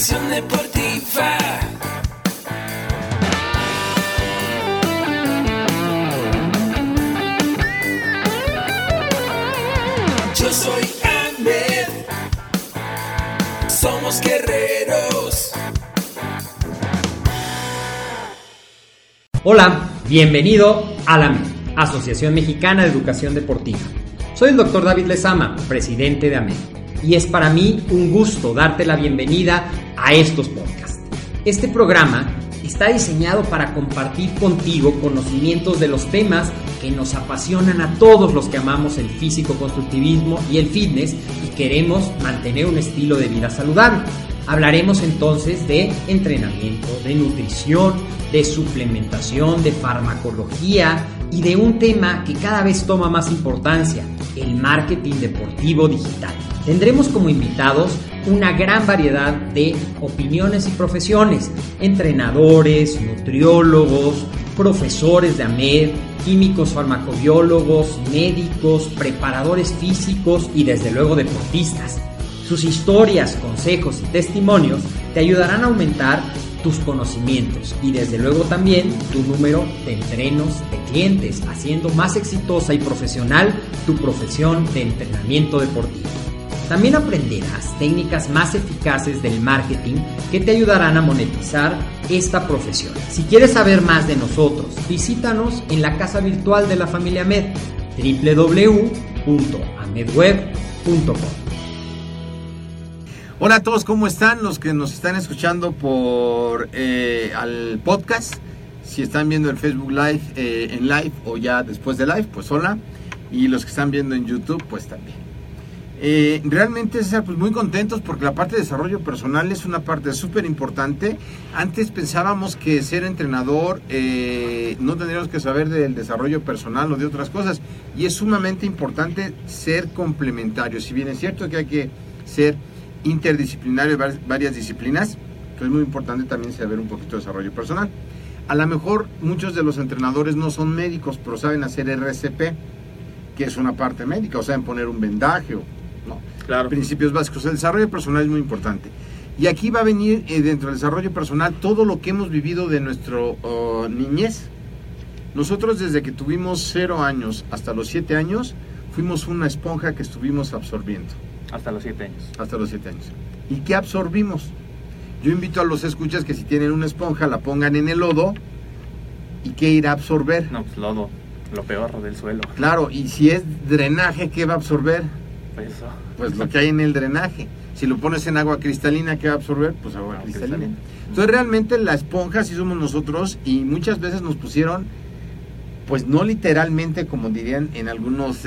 Educación deportiva. Yo soy Ahmed. Somos guerreros. Hola, bienvenido a la AMED, Asociación Mexicana de Educación Deportiva. Soy el Dr. David Lezama, presidente de AMED, y es para mí un gusto darte la bienvenida a estos podcasts. Este programa está diseñado para compartir contigo conocimientos de los temas que nos apasionan a todos los que amamos el físico-constructivismo y el fitness y queremos mantener un estilo de vida saludable. Hablaremos entonces de entrenamiento, de nutrición, de suplementación, de farmacología y de un tema que cada vez toma más importancia, el marketing deportivo digital. Tendremos como invitados una gran variedad de opiniones y profesiones, entrenadores, nutriólogos, profesores de AMED, químicos farmacobiólogos, médicos, preparadores físicos y desde luego deportistas. Sus historias, consejos y testimonios te ayudarán a aumentar tus conocimientos y desde luego también tu número de entrenos de clientes, haciendo más exitosa y profesional tu profesión de entrenamiento deportivo. También aprenderás técnicas más eficaces del marketing que te ayudarán a monetizar esta profesión. Si quieres saber más de nosotros, visítanos en la casa virtual de la familia AMED, www.amedweb.com. Hola a todos, ¿cómo están? Los que nos están escuchando por al podcast, si están viendo el Facebook Live en live o ya después de live, pues hola. Y los que están viendo en YouTube, pues también. Realmente, César, pues muy contentos porque la parte de desarrollo personal es una parte súper importante. Antes pensábamos que ser entrenador no tendríamos que saber del desarrollo personal o de otras cosas. Y es sumamente importante ser complementario. Si bien es cierto que hay que ser interdisciplinario de varias disciplinas, pues es muy importante también saber un poquito de desarrollo personal. A lo mejor muchos de los entrenadores no son médicos, pero saben hacer RCP, que es una parte médica, o saben poner un vendaje, ¿no? Claro. Principios básicos. El desarrollo personal es muy importante. Y aquí va a venir dentro del desarrollo personal todo lo que hemos vivido de nuestra niñez. Nosotros desde que tuvimos 0 años hasta los 7 años, fuimos una esponja que estuvimos absorbiendo. Hasta los 7 años. Hasta los 7 años. ¿Y qué absorbimos? Yo invito a los escuchas que si tienen una esponja la pongan en el lodo. ¿Y qué irá a absorber? No, pues lodo, lo peor del suelo. Claro, y si es drenaje, ¿qué va a absorber? Eso. Pues lo que hay en el drenaje. Si lo pones en agua cristalina, ¿qué va a absorber? Pues agua cristalina. Entonces realmente la esponja sí somos nosotros y muchas veces nos pusieron, pues no literalmente como dirían en algunos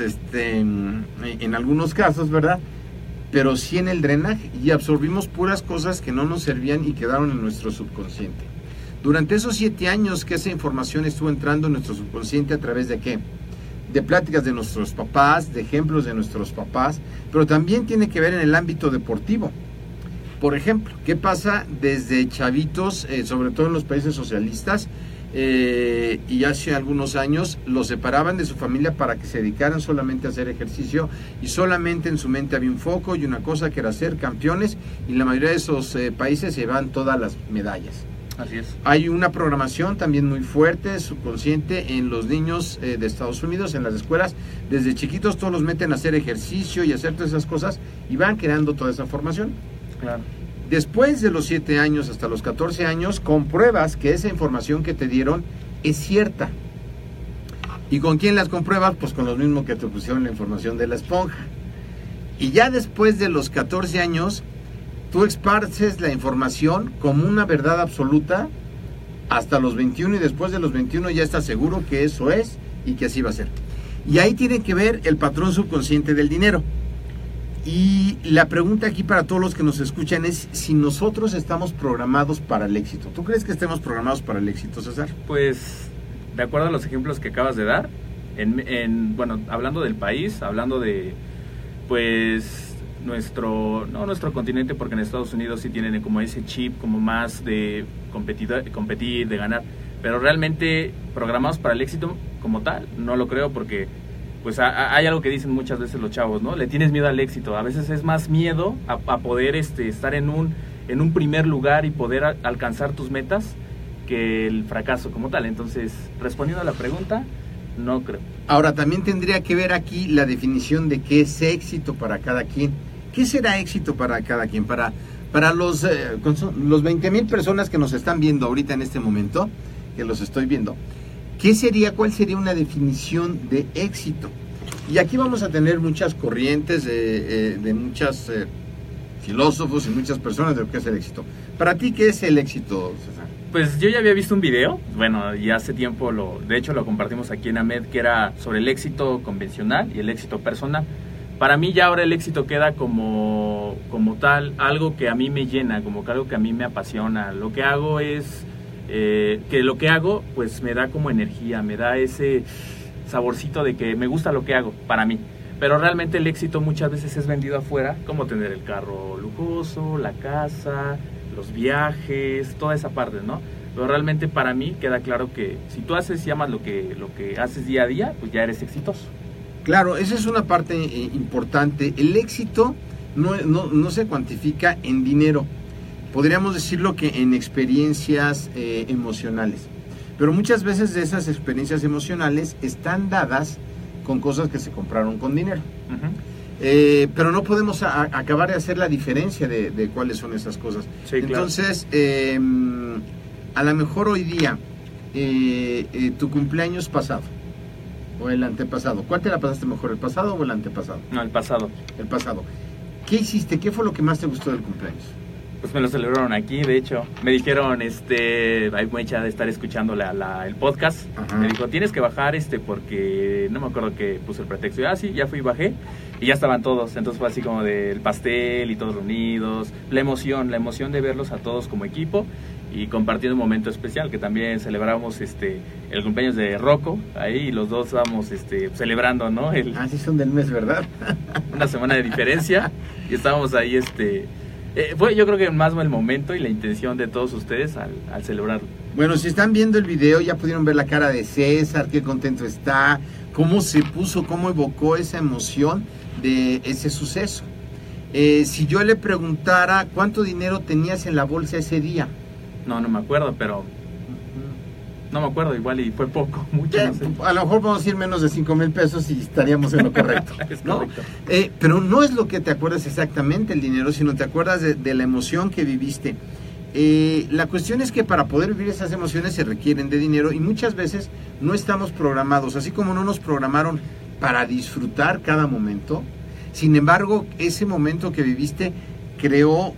casos, ¿verdad? Pero sí en el drenaje y absorbimos puras cosas que no nos servían y quedaron en nuestro subconsciente. Durante esos 7 años que esa información estuvo entrando en nuestro subconsciente, ¿a través de qué? De pláticas de nuestros papás, de ejemplos de nuestros papás, pero también tiene que ver en el ámbito deportivo. Por ejemplo, ¿qué pasa desde chavitos, sobre todo en los países socialistas? Y hace algunos años los separaban de su familia para que se dedicaran solamente a hacer ejercicio y solamente en su mente había un foco y una cosa que era ser campeones y la mayoría de esos países se llevan todas las medallas. Así es. Hay una programación también muy fuerte, subconsciente en los niños de Estados Unidos, en las escuelas, desde chiquitos todos los meten a hacer ejercicio y a hacer todas esas cosas y van creando toda esa formación. Claro. Después de los 7 años hasta los 14 años, compruebas que esa información que te dieron es cierta. ¿Y con quién las compruebas? Pues con los mismos que te pusieron la información de la esponja. Y ya después de los 14 años, tú esparces la información como una verdad absoluta hasta los 21 y después de los 21 ya estás seguro que eso es y que así va a ser. Y ahí tiene que ver el patrón subconsciente del dinero. Y la pregunta aquí para todos los que nos escuchan es si nosotros estamos programados para el éxito. ¿Tú crees que estemos programados para el éxito, César? Pues, de acuerdo a los ejemplos que acabas de dar, bueno, hablando del país, hablando de, pues, nuestro continente, porque en Estados Unidos sí tienen como ese chip como más de competir, de ganar, pero realmente programados para el éxito como tal, no lo creo porque pues hay algo que dicen muchas veces los chavos, ¿no? Le tienes miedo al éxito. A veces es más miedo a poder estar en en un primer lugar y poder alcanzar tus metas que el fracaso como tal. Entonces, respondiendo a la pregunta, no creo. Ahora, también tendría que ver aquí la definición de qué es éxito para cada quien. ¿Qué será éxito para cada quien? Para los 20,000 personas que nos están viendo ahorita en este momento, que los estoy viendo, ¿cuál sería una definición de éxito? Y aquí vamos a tener muchas corrientes de muchos filósofos y muchas personas de lo que es el éxito. Para ti, ¿qué es el éxito, César? Pues yo ya había visto un video, bueno, y hace tiempo de hecho lo compartimos aquí en AMED, que era sobre el éxito convencional y el éxito personal. Para mí ya ahora el éxito queda como tal, algo que a mí me llena, como que algo que a mí me apasiona. Lo que hago es, pues me da como energía, me da ese saborcito de que me gusta lo que hago, para mí. Pero realmente el éxito muchas veces es vendido afuera, como tener el carro lujoso, la casa, los viajes, toda esa parte, ¿no? Pero realmente para mí queda claro que si tú haces y amas lo que haces día a día, pues ya eres exitoso. Claro, esa es una parte importante. El éxito no se cuantifica en dinero. Podríamos decirlo que en experiencias emocionales. Pero muchas veces de esas experiencias emocionales están dadas con cosas que se compraron con dinero. Uh-huh. Pero no podemos acabar de hacer la diferencia de cuáles son esas cosas. Sí, entonces, claro. A lo mejor hoy día, tu cumpleaños pasado, o el antepasado, ¿cuál te la pasaste mejor, el pasado o el antepasado? No, el pasado. El pasado. ¿Qué hiciste? ¿Qué fue lo que más te gustó del cumpleaños? Pues me lo celebraron aquí, de hecho. Me dijeron, hay mucha de estar escuchando el podcast. Ajá. Me dijo, tienes que bajar porque no me acuerdo que puse el pretexto. Sí, ya fui y bajé. Y ya estaban todos. Entonces fue así como del pastel y todos reunidos. La emoción de verlos a todos como equipo. Y compartiendo un momento especial, que también celebramos el cumpleaños de Rocco. Ahí los dos estábamos celebrando, ¿no? Sí son del mes, ¿verdad? Una semana de diferencia. Y estábamos ahí, fue yo creo que más el momento y la intención de todos ustedes al celebrarlo. Bueno, si están viendo el video ya pudieron ver la cara de César, qué contento está, cómo se puso, cómo evocó esa emoción de ese suceso. Si yo le preguntara cuánto dinero tenías en la bolsa ese día. No me acuerdo, pero no me acuerdo, igual y fue poco, mucho, no sé. A lo mejor vamos a ir menos de 5,000 pesos y estaríamos en lo correcto, ¿no? Correcto. Pero no es lo que te acuerdas exactamente el dinero, sino te acuerdas de la emoción que viviste. La cuestión es que para poder vivir esas emociones se requieren de dinero y muchas veces no estamos programados, así como no nos programaron para disfrutar cada momento. Sin embargo, ese momento que viviste creó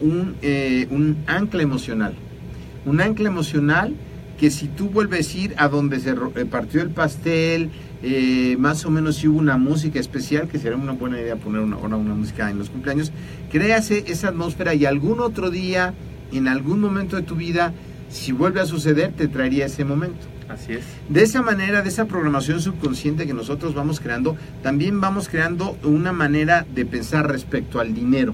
un ancla emocional. Un ancla emocional que si tú vuelves a ir a donde se partió el pastel, más o menos si hubo una música especial, que sería una buena idea poner una música en los cumpleaños, créase esa atmósfera y algún otro día, en algún momento de tu vida, si vuelve a suceder, te traería ese momento. Así es. De esa manera, de esa programación subconsciente que nosotros vamos creando, también vamos creando una manera de pensar respecto al dinero.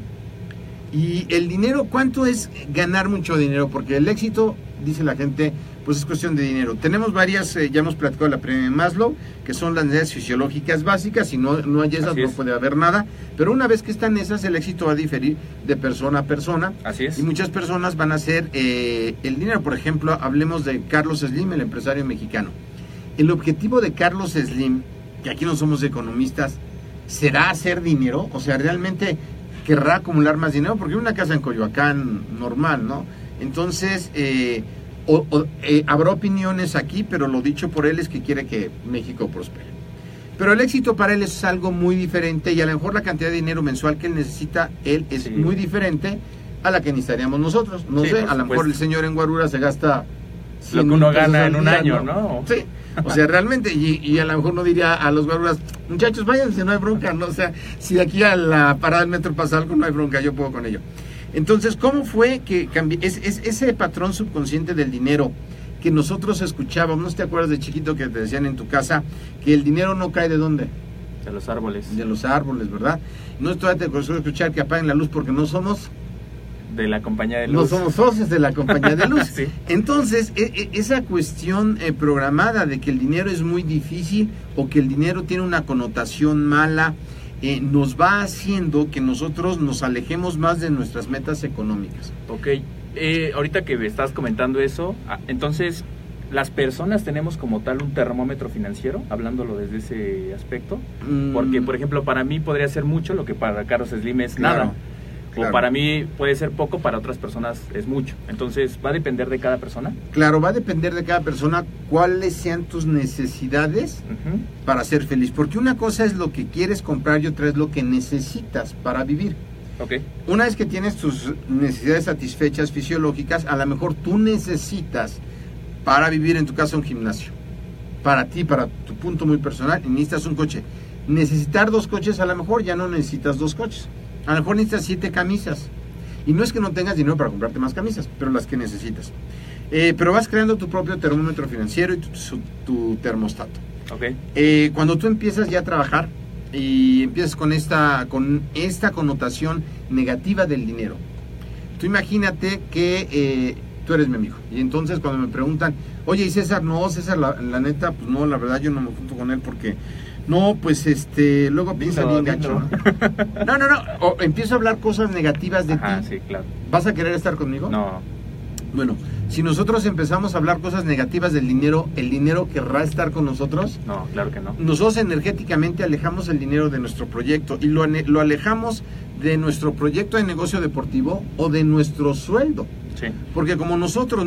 Y el dinero, ¿cuánto es ganar mucho dinero? Porque el éxito, dice la gente, pues es cuestión de dinero. Tenemos varias, ya hemos platicado de la pirámide de Maslow, que son las necesidades fisiológicas básicas. Si no hay esas, no puede haber nada. Pero una vez que están esas, el éxito va a diferir de persona a persona. Así es. Y muchas personas van a hacer el dinero. Por ejemplo, hablemos de Carlos Slim, el empresario mexicano. El objetivo de Carlos Slim, que aquí no somos economistas, ¿será hacer dinero? O sea, realmente querrá acumular más dinero, porque hay una casa en Coyoacán normal, ¿no? Entonces, habrá opiniones aquí, pero lo dicho por él es que quiere que México prospere. Pero el éxito para él es algo muy diferente y a lo mejor la cantidad de dinero mensual que él necesita, él es muy diferente a la que necesitaríamos nosotros. No sé, a lo mejor el señor en Guarura se gasta lo que uno gana en un año, ¿no? Sí, o sea, realmente, y a lo mejor no diría a los guaruras, muchachos, váyanse, no hay bronca, ¿no? O sea, si de aquí a la parada del metro pasa algo, no hay bronca, yo puedo con ello. Entonces, ¿cómo fue que cambió ese patrón subconsciente del dinero que nosotros escuchábamos? ¿No te acuerdas de chiquito que te decían en tu casa que el dinero no cae de dónde? De los árboles. De los árboles, ¿verdad? No todavía te acuerdas de escuchar que apaguen la luz porque no somos... de la compañía de luz. No somos socios de la compañía de luz. Sí. Entonces, esa cuestión programada de que el dinero es muy difícil o que el dinero tiene una connotación mala, nos va haciendo que nosotros nos alejemos más de nuestras metas económicas. Ok, ahorita que me estás comentando eso, entonces, ¿las personas tenemos como tal un termómetro financiero, hablándolo desde ese aspecto? Porque, por ejemplo, para mí podría ser mucho lo que para Carlos Slim es nada. O para mí puede ser poco, para otras personas es mucho. Entonces, ¿va a depender de cada persona? Claro, va a depender de cada persona cuáles sean tus necesidades para ser feliz. Porque una cosa es lo que quieres comprar y otra es lo que necesitas para vivir. Okay. Una vez que tienes tus necesidades satisfechas fisiológicas, a lo mejor tú necesitas para vivir en tu casa un gimnasio. Para ti, para tu punto muy personal, necesitas un coche. Necesitar 2 coches, a lo mejor ya no necesitas 2 coches. A lo mejor necesitas 7 camisas. Y no es que no tengas dinero para comprarte más camisas, pero las que necesitas. Pero vas creando tu propio termómetro financiero y tu termostato. Okay. Cuando tú empiezas ya a trabajar y empiezas con esta connotación negativa del dinero, tú imagínate que tú eres mi amigo. Y entonces cuando me preguntan, oye, ¿y César? No, César, la neta, pues no, la verdad yo no me junto con él porque... No, pues luego piensa bien gacho, ¿no? No. O empiezo a hablar cosas negativas de ti. Sí, claro. ¿Vas a querer estar conmigo? No. Bueno, si nosotros empezamos a hablar cosas negativas del dinero, ¿el dinero querrá estar con nosotros? No, claro que no. Nosotros energéticamente alejamos el dinero de nuestro proyecto y lo alejamos de nuestro proyecto de negocio deportivo o de nuestro sueldo. Sí. Porque como nosotros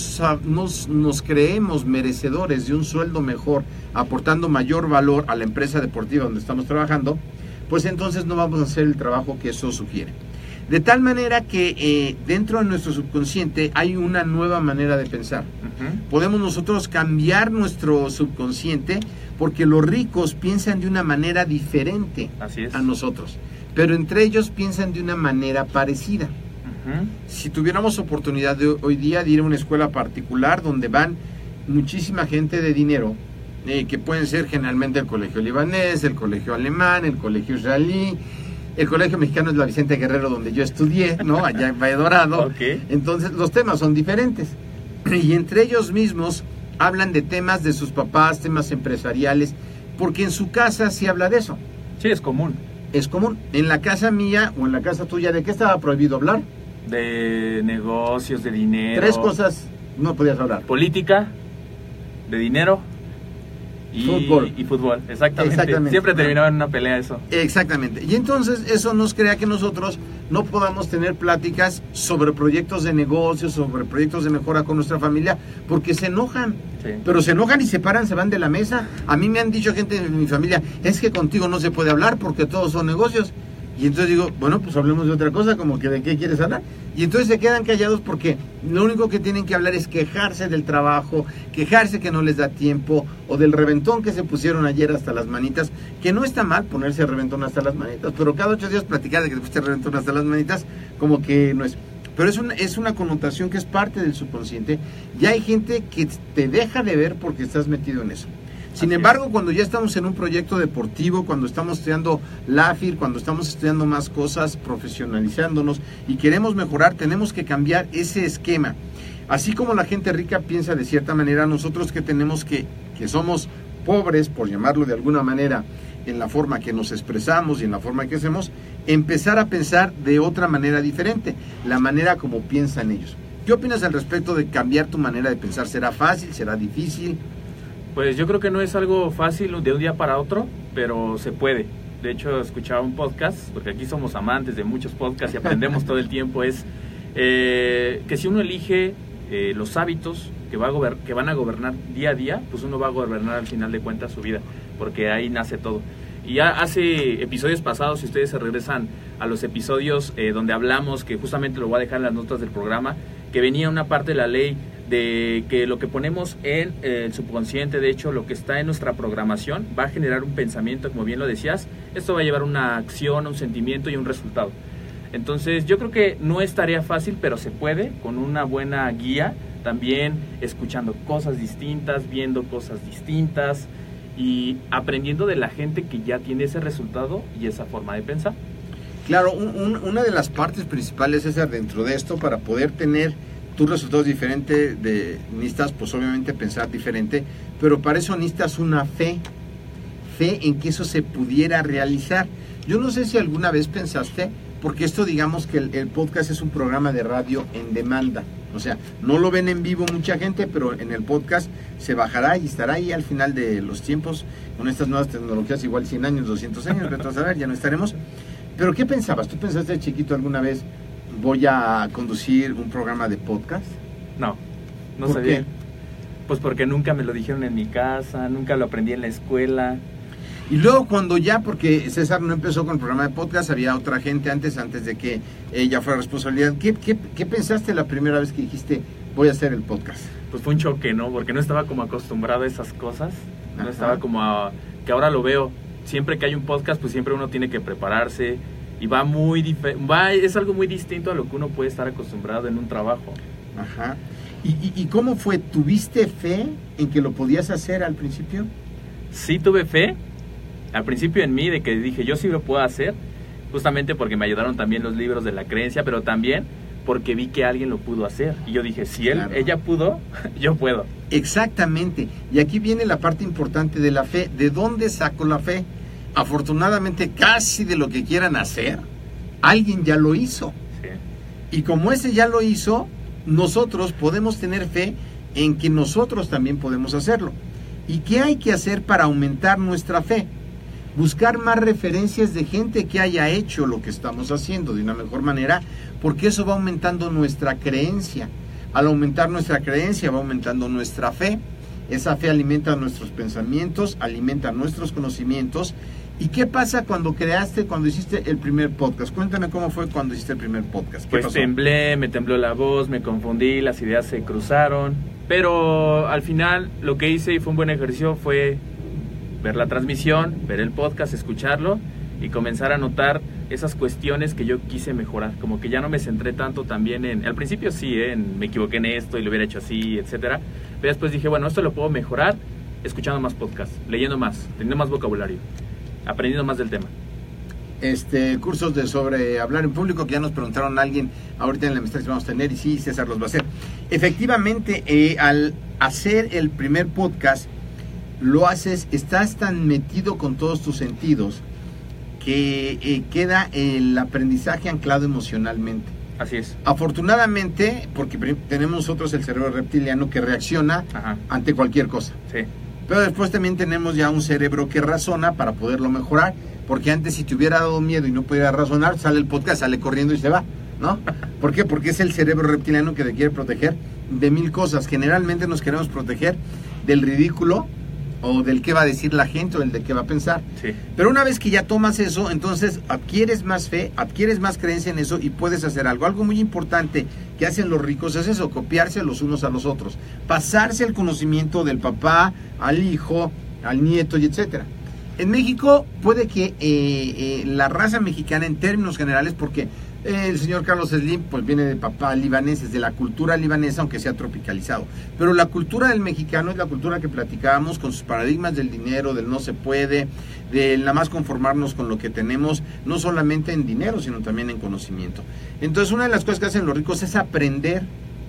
nos creemos merecedores de un sueldo mejor, aportando mayor valor a la empresa deportiva donde estamos trabajando, pues entonces no vamos a hacer el trabajo que eso sugiere. De tal manera que dentro de nuestro subconsciente hay una nueva manera de pensar. Podemos nosotros cambiar nuestro subconsciente porque los ricos piensan de una manera diferente a nosotros, pero entre ellos piensan de una manera parecida. Si tuviéramos oportunidad de hoy día de ir a una escuela particular donde van muchísima gente de dinero, que pueden ser generalmente el colegio libanés, el colegio alemán, el colegio israelí, el colegio mexicano es la Vicente Guerrero donde yo estudié, ¿no? Allá en Valle Dorado. Okay. Entonces los temas son diferentes y entre ellos mismos hablan de temas de sus papás, temas empresariales, porque en su casa se habla de eso. Sí, es común. Es común. En la casa mía o en la casa tuya, ¿de qué estaba prohibido hablar? De negocios, de dinero. 3 cosas no podías hablar. Política, de dinero y fútbol. Exactamente. Siempre terminaba en una pelea eso. Exactamente. Y entonces eso nos crea que nosotros no podamos tener pláticas sobre proyectos de negocios, sobre proyectos de mejora con nuestra familia, porque se enojan. Sí. Pero se enojan y se paran, se van de la mesa. A mí me han dicho gente de mi familia, es que contigo no se puede hablar porque todos son negocios. Y entonces digo, bueno, pues hablemos de otra cosa, como que de qué quieres hablar. Y entonces se quedan callados porque lo único que tienen que hablar es quejarse del trabajo, quejarse que no les da tiempo, o del reventón que se pusieron ayer hasta las manitas, que no está mal ponerse reventón hasta las manitas, pero cada 8 días platicar de que te pusiste reventón hasta las manitas, como que no es. Pero es una connotación que es parte del subconsciente, y hay gente que te deja de ver porque estás metido en eso. Sin embargo, cuando ya estamos en un proyecto deportivo, cuando estamos estudiando LAFIR, cuando estamos estudiando más cosas, profesionalizándonos y queremos mejorar, tenemos que cambiar ese esquema. Así como la gente rica piensa de cierta manera, nosotros que tenemos que somos pobres, por llamarlo de alguna manera, en la forma que nos expresamos y en la forma que hacemos, empezar a pensar de otra manera diferente, la manera como piensan ellos. ¿Qué opinas al respecto de cambiar tu manera de pensar? ¿Será fácil? ¿Será difícil? Pues yo creo que no es algo fácil de un día para otro, pero se puede. De hecho, escuchaba un podcast, porque aquí somos amantes de muchos podcasts y aprendemos todo el tiempo, es que si uno elige los hábitos que van a gobernar día a día, pues uno va a gobernar al final de cuentas su vida, porque ahí nace todo. Y ya hace episodios pasados, si ustedes se regresan a los episodios donde hablamos, que justamente lo voy a dejar en las notas del programa, que venía una parte de la ley de que lo que ponemos en el subconsciente, de hecho lo que está en nuestra programación, va a generar un pensamiento, como bien lo decías, esto va a llevar una acción, un sentimiento y un resultado. Entonces yo creo que no es tarea fácil, pero se puede con una buena guía, también escuchando cosas distintas, viendo cosas distintas y aprendiendo de la gente que ya tiene ese resultado y esa forma de pensar. Claro, una de las partes principales es dentro de esto, para poder tener tus resultados diferentes, necesitas pues obviamente pensar diferente, pero para eso necesitas una fe en que eso se pudiera realizar. Yo no sé si alguna vez pensaste, porque esto digamos que el podcast es un programa de radio en demanda. O sea, no lo ven en vivo mucha gente, pero en el podcast se bajará y estará ahí al final de los tiempos. Con estas nuevas tecnologías, igual 100 años, 200 años, vete a saber, ya no estaremos. Pero ¿qué pensabas? ¿Tú pensaste de chiquito alguna vez, voy a conducir un programa de podcast? No ¿Por sabía. qué? Pues porque nunca me lo dijeron en mi casa, nunca lo aprendí en la escuela. Y luego cuando ya, porque César no empezó con el programa de podcast, había otra gente antes de que ella fuera responsabilidad. ¿Qué pensaste la primera vez que dijiste, voy a hacer el podcast? Pues fue un choque, ¿no? Porque no estaba como acostumbrado a esas cosas. Ajá. No estaba como que ahora lo veo. Siempre que hay un podcast, pues siempre uno tiene que prepararse. Y es algo muy distinto a lo que uno puede estar acostumbrado en un trabajo. Ajá. ¿Y cómo fue? ¿Tuviste fe en que lo podías hacer al principio? Sí tuve fe, al principio en mí, de que dije, yo sí lo puedo hacer, justamente porque me ayudaron también los libros de la creencia, pero también porque vi que alguien lo pudo hacer. Y yo dije, si ella pudo, yo puedo. Exactamente. Y aquí viene la parte importante de la fe. ¿De dónde saco la fe? Afortunadamente, casi de lo que quieran hacer, alguien ya lo hizo. Sí. Y como ese ya lo hizo, nosotros podemos tener fe en que nosotros también podemos hacerlo. ¿Y qué hay que hacer para aumentar nuestra fe? Buscar más referencias de gente que haya hecho lo que estamos haciendo de una mejor manera, porque eso va aumentando nuestra creencia. Al aumentar nuestra creencia va aumentando nuestra fe. Esa fe alimenta nuestros pensamientos, alimenta nuestros conocimientos. ¿Y qué pasa cuando hiciste el primer podcast? Cuéntame cómo fue cuando hiciste el primer podcast. ¿Qué Pues pasó? temblé, me tembló la voz, me confundí, las ideas se cruzaron, pero al final lo que hice y fue un buen ejercicio fue ver la transmisión, ver el podcast, escucharlo y comenzar a notar esas cuestiones que yo quise mejorar, como que ya no me centré tanto también al principio sí, me equivoqué en esto y lo hubiera hecho así, etcétera, pero después dije, bueno, esto lo puedo mejorar escuchando más podcasts, leyendo más, teniendo más vocabulario, aprendiendo más del tema. Cursos sobre hablar en público, que ya nos preguntaron a alguien ahorita en la amistad que vamos a tener, y sí, César los va a hacer. Efectivamente, al hacer el primer podcast, estás tan metido con todos tus sentidos que queda el aprendizaje anclado emocionalmente. Así es. Afortunadamente, porque tenemos nosotros el cerebro reptiliano que reacciona ante cualquier cosa. Sí. Pero después también tenemos ya un cerebro que razona para poderlo mejorar, porque antes si te hubiera dado miedo y no pudiera razonar, sale el podcast, sale corriendo y se va, ¿no? ¿Por qué? Porque es el cerebro reptiliano que te quiere proteger de 1000 cosas. Generalmente nos queremos proteger del ridículo, o del qué va a decir la gente, o del de qué va a pensar. Sí. Pero una vez que ya tomas eso, entonces adquieres más fe, adquieres más creencia en eso y puedes hacer algo. Algo muy importante que hacen los ricos es eso, copiarse los unos a los otros, pasarse el conocimiento del papá al hijo, al nieto y etcétera. En México puede que la raza mexicana en términos generales, porque el señor Carlos Slim pues viene de papá libanés, es de la cultura libanesa, aunque sea tropicalizado, pero la cultura del mexicano es la cultura que platicábamos, con sus paradigmas del dinero, del no se puede, del nada más conformarnos con lo que tenemos, no solamente en dinero sino también en conocimiento. Entonces una de las cosas que hacen los ricos es aprender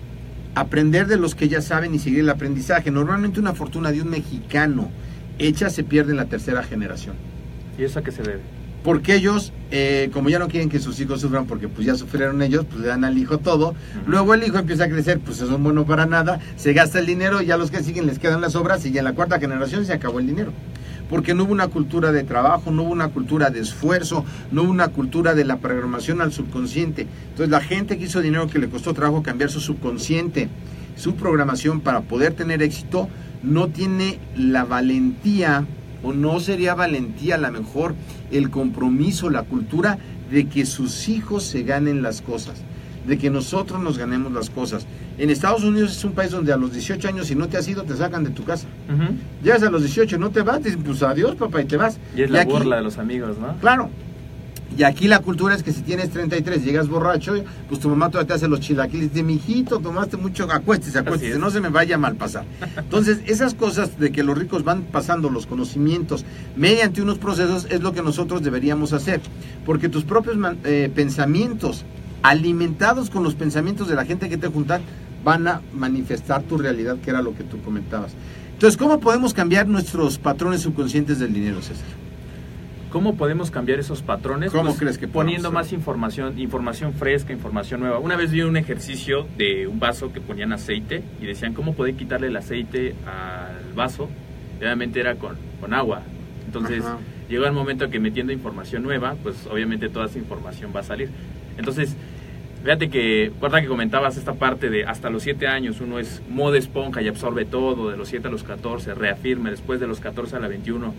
de los que ya saben y seguir el aprendizaje. Normalmente una fortuna de un mexicano hecha se pierde en la tercera generación. ¿Y eso a qué se debe? Porque ellos, como ya no quieren que sus hijos sufran, porque pues ya sufrieron ellos, pues le dan al hijo todo. Luego el hijo empieza a crecer, pues eso es bueno para nada, se gasta el dinero y a los que siguen les quedan las obras y ya en la cuarta generación se acabó el dinero. Porque no hubo una cultura de trabajo, no hubo una cultura de esfuerzo, no hubo una cultura de la programación al subconsciente. Entonces la gente que hizo dinero, que le costó trabajo cambiar su subconsciente, su programación para poder tener éxito, no tiene la valentía, o no sería valentía a lo mejor, el compromiso, la cultura de que sus hijos se ganen las cosas, de que nosotros nos ganemos las cosas. En Estados Unidos es un país donde a los 18 años, si no te has ido, te sacan de tu casa. Llegas a los 18, no te vas, dicen, pues adiós papá, y te vas. Y es la burla de los amigos, ¿no? Claro. Y aquí la cultura es que si tienes 33, llegas borracho, pues tu mamá todavía te hace los chilaquiles de mijito, tomaste mucho, acuéstese, no se me vaya a mal pasar. Entonces, esas cosas de que los ricos van pasando los conocimientos mediante unos procesos es lo que nosotros deberíamos hacer. Porque tus propios pensamientos, alimentados con los pensamientos de la gente que te juntan, van a manifestar tu realidad, que era lo que tú comentabas. Entonces, ¿cómo podemos cambiar nuestros patrones subconscientes del dinero, César? ¿cómo podemos cambiar esos patrones? ¿Cómo Pues, crees que poniendo podemos más información fresca, información nueva. Una vez vi un ejercicio de un vaso que ponían aceite y decían cómo poder quitarle el aceite al vaso. Y obviamente era con agua. Entonces, Ajá. llegó el momento que metiendo información nueva, pues obviamente toda esa información va a salir. Entonces, fíjate que, recuerda que comentabas esta parte de hasta los 7 años uno es modo esponja y absorbe todo, de los 7 a los 14, reafirma, después de los 14 a la 21,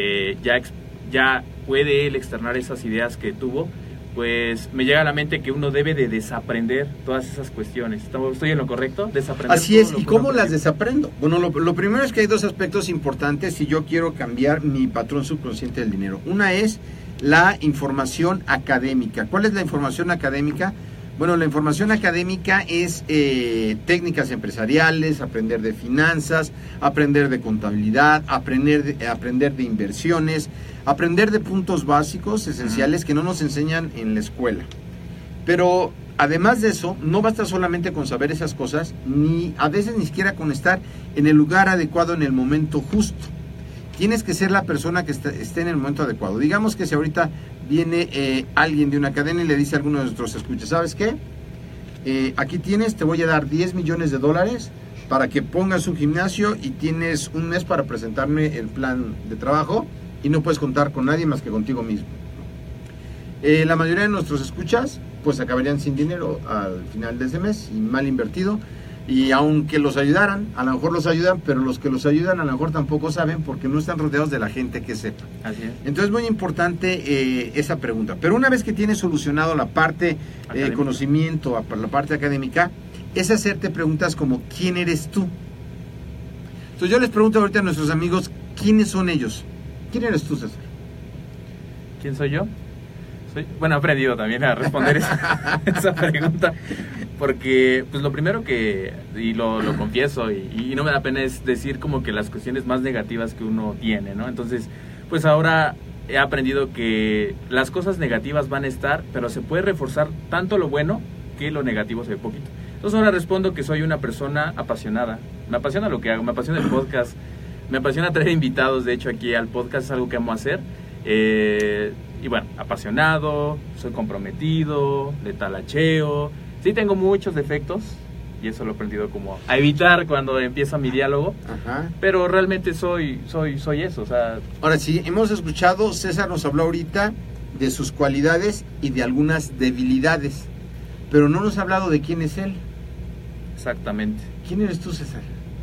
ya puede él externar esas ideas que tuvo. Pues me llega a la mente que uno debe de desaprender todas esas cuestiones. ¿Estoy en lo correcto? Desaprender. Así es, ¿y cómo las desaprendo? Bueno, lo primero es que hay dos aspectos importantes si yo quiero cambiar mi patrón subconsciente del dinero. Una es la información académica. ¿Cuál es la información académica? Bueno, la información académica es técnicas empresariales, aprender de finanzas, aprender de contabilidad, aprender de inversiones, aprender de puntos básicos esenciales que no nos enseñan en la escuela. Pero además de eso, no basta solamente con saber esas cosas, ni a veces ni siquiera con estar en el lugar adecuado en el momento justo. Tienes que ser la persona que esté en el momento adecuado. Digamos que si ahorita viene alguien de una cadena y le dice a alguno de nuestros escuchas, ¿sabes qué? Aquí tienes, te voy a dar $10 millones para que pongas un gimnasio y tienes un mes para presentarme el plan de trabajo y no puedes contar con nadie más que contigo mismo. La mayoría de nuestros escuchas pues acabarían sin dinero al final de ese mes y mal invertido. Y aunque los ayudaran, a lo mejor los ayudan, pero los que los ayudan a lo mejor tampoco saben porque no están rodeados de la gente que sepa. Así es. Entonces es muy importante esa pregunta. Pero una vez que tienes solucionado la parte conocimiento, la parte académica, es hacerte preguntas como ¿quién eres tú? Entonces yo les pregunto ahorita a nuestros amigos, ¿quiénes son ellos? ¿Quién eres tú, César? ¿Quién soy yo? Bueno, he aprendido también a responder esa pregunta. Porque, pues lo primero que, y lo confieso, y no me da pena, es decir como que las cuestiones más negativas que uno tiene, ¿no? Entonces, pues ahora he aprendido que las cosas negativas van a estar, pero se puede reforzar tanto lo bueno que lo negativo se ve poquito. Entonces ahora respondo que soy una persona apasionada. Me apasiona lo que hago, me apasiona el podcast, me apasiona traer invitados, de hecho aquí al podcast es algo que amo hacer. Y bueno, apasionado, soy comprometido, le talacheo. Sí tengo muchos defectos y eso lo he aprendido como a evitar cuando empieza mi diálogo. Ajá. Pero realmente soy eso, o sea... Ahora sí, hemos escuchado, César nos habló ahorita de sus cualidades y de algunas debilidades, pero no nos ha hablado de quién es él. Exactamente. ¿Quién eres tú, César?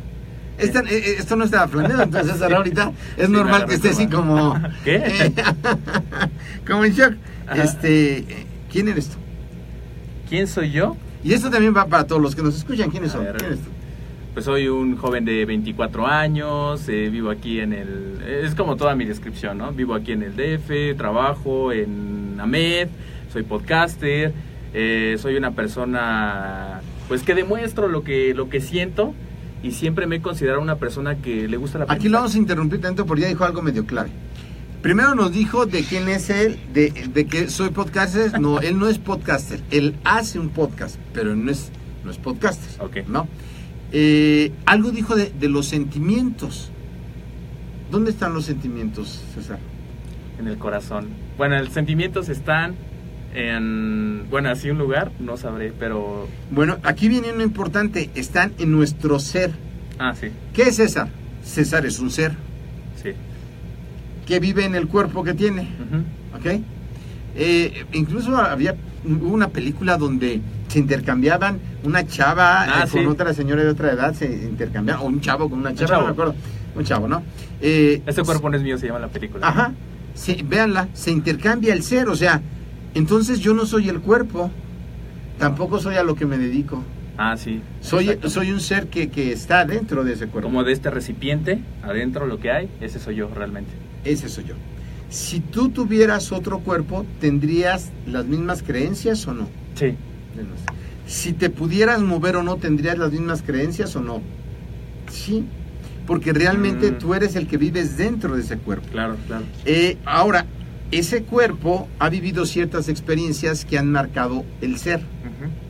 Esto no estaba planeado, entonces César ahorita es Sí, normal que esté así como... ¿Qué? como en shock. Ajá. ¿Quién eres tú? ¿Quién soy yo? Y esto también va para todos los que nos escuchan. ¿Quiénes son? A ver. ¿Quién eres tú? Pues soy un joven de 24 años, vivo aquí es como toda mi descripción, ¿no? Vivo aquí en el DF, trabajo en AMED, soy podcaster, soy una persona pues que demuestro lo que siento y siempre me he considerado una persona que le gusta la Aquí lo vamos a interrumpir tanto porque ya dijo algo medio clave. Primero nos dijo de quién es él, de que soy podcaster. No, él no es podcaster, él hace un podcast, pero no es podcaster. Ok. ¿No? Algo dijo de los sentimientos. ¿Dónde están los sentimientos, César? En el corazón. Bueno, los sentimientos están en... Bueno, así un lugar, no sabré, pero... Bueno, aquí viene uno importante. Están en nuestro ser. Ah, sí, ¿Qué es César? César es un ser sí. que vive en el cuerpo que tiene. Ujú. ¿Ok? Incluso hubo una película donde se intercambiaban una chava con sí. otra señora de otra edad, se intercambiaban, o un chavo con una chava, chavo. no me acuerdo, un chavo, ¿no? Este cuerpo no es mío, se llama la película. Ajá, véanla, se intercambia el ser, o sea, entonces yo no soy el cuerpo, tampoco soy a lo que me dedico. Ah, sí. Soy Exacto. un ser que está dentro de ese cuerpo. Como de este recipiente, adentro lo que hay, ese soy yo realmente. Ese soy yo. Si tú tuvieras otro cuerpo, ¿tendrías las mismas creencias o no? Sí. Si te pudieras mover o no, ¿tendrías las mismas creencias o no? Sí, porque realmente tú eres el que vives dentro de ese cuerpo. Claro, claro. Ahora, ese cuerpo ha vivido ciertas experiencias que han marcado el ser. Ujú.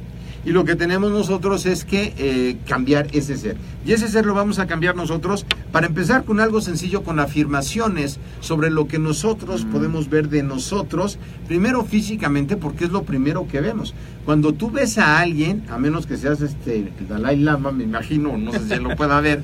Y lo que tenemos nosotros es que cambiar ese ser. Y ese ser lo vamos a cambiar nosotros para empezar con algo sencillo, con afirmaciones sobre lo que nosotros podemos ver de nosotros, primero físicamente, porque es lo primero que vemos. Cuando tú ves a alguien, a menos que seas el Dalai Lama, me imagino, no sé si él lo pueda ver,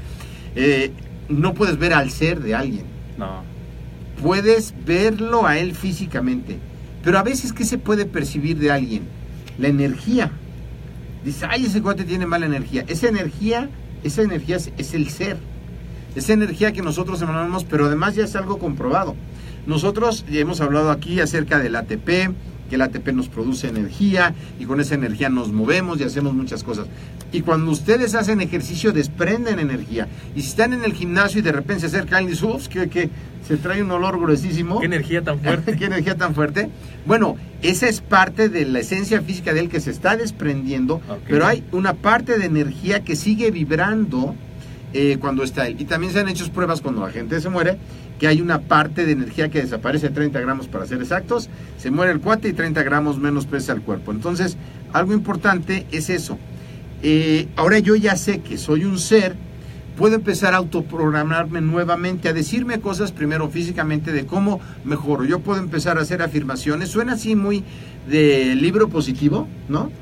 no puedes ver al ser de alguien. No. Puedes verlo a él físicamente, pero a veces, ¿qué se puede percibir de alguien? La energía. Dice, ay, ese cuate tiene mala energía. Esa energía es el ser. Esa energía que nosotros emanamos, pero además ya es algo comprobado. Nosotros ya hemos hablado aquí acerca del ATP, que el ATP nos produce energía y con esa energía nos movemos y hacemos muchas cosas. Y cuando ustedes hacen ejercicio desprenden energía. Y si están en el gimnasio y de repente se acerca alguien y dice, ups, que se trae un olor gruesísimo. ¿Qué energía tan fuerte? ¿Qué energía tan fuerte? Bueno, esa es parte de la esencia física de él que se está desprendiendo, okay. Pero hay una parte de energía que sigue vibrando cuando está él. Y también se han hecho pruebas cuando la gente se muere, que hay una parte de energía que desaparece, 30 gramos para ser exactos, se muere el cuate y 30 gramos menos pesa el cuerpo. Entonces, algo importante es eso. Ahora yo ya sé que soy un ser, puedo empezar a autoprogramarme nuevamente, a decirme cosas primero físicamente de cómo mejoro. Yo puedo empezar a hacer afirmaciones, suena así muy de libro positivo, ¿no?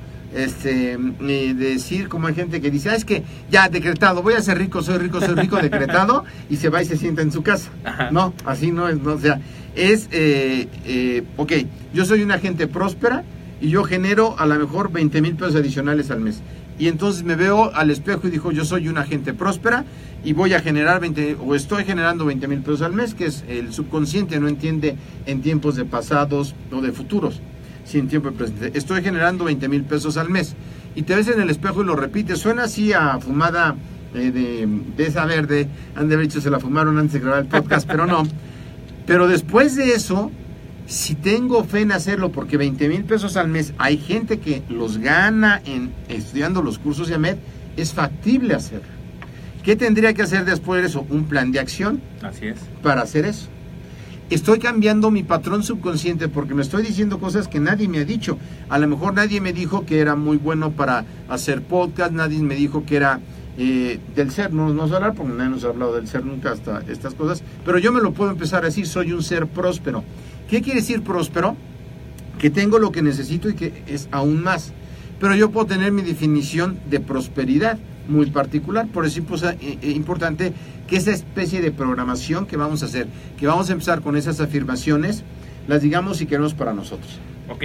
Decir como hay gente que dice, es que ya decretado, voy a ser rico, soy rico, decretado, y se va y se sienta en su casa. Ajá. No, así no es, no, o sea, es, ok, yo soy una gente próspera y yo genero a lo mejor 20,000 pesos adicionales al mes. Y entonces me veo al espejo y digo, yo soy una gente próspera y voy a generar estoy generando 20,000 pesos al mes, que es el subconsciente, no entiende en tiempos de pasados o de futuros, sino en tiempo de presente. Estoy generando 20,000 pesos al mes. Y te ves en el espejo y lo repites. Suena así a fumada de esa verde. Han de haber dicho, se la fumaron antes de grabar el podcast, pero no. Pero después de eso, si tengo fe en hacerlo, porque 20,000 pesos al mes, hay gente que los gana estudiando los cursos de AMED, es factible hacerlo. ¿Qué tendría que hacer después de eso? Un plan de acción. Así es. Para hacer eso. Estoy cambiando mi patrón subconsciente porque me estoy diciendo cosas que nadie me ha dicho. A lo mejor nadie me dijo que era muy bueno para hacer podcast, nadie me dijo que era del ser, no nos vamos a hablar porque nadie nos ha hablado del ser nunca hasta estas cosas, pero yo me lo puedo empezar a decir, soy un ser próspero. ¿Qué quiere decir próspero? Que tengo lo que necesito y que es aún más. Pero yo puedo tener mi definición de prosperidad muy particular, por eso es importante que esa especie de programación que vamos a hacer, que vamos a empezar con esas afirmaciones, las digamos si queremos para nosotros. Ok.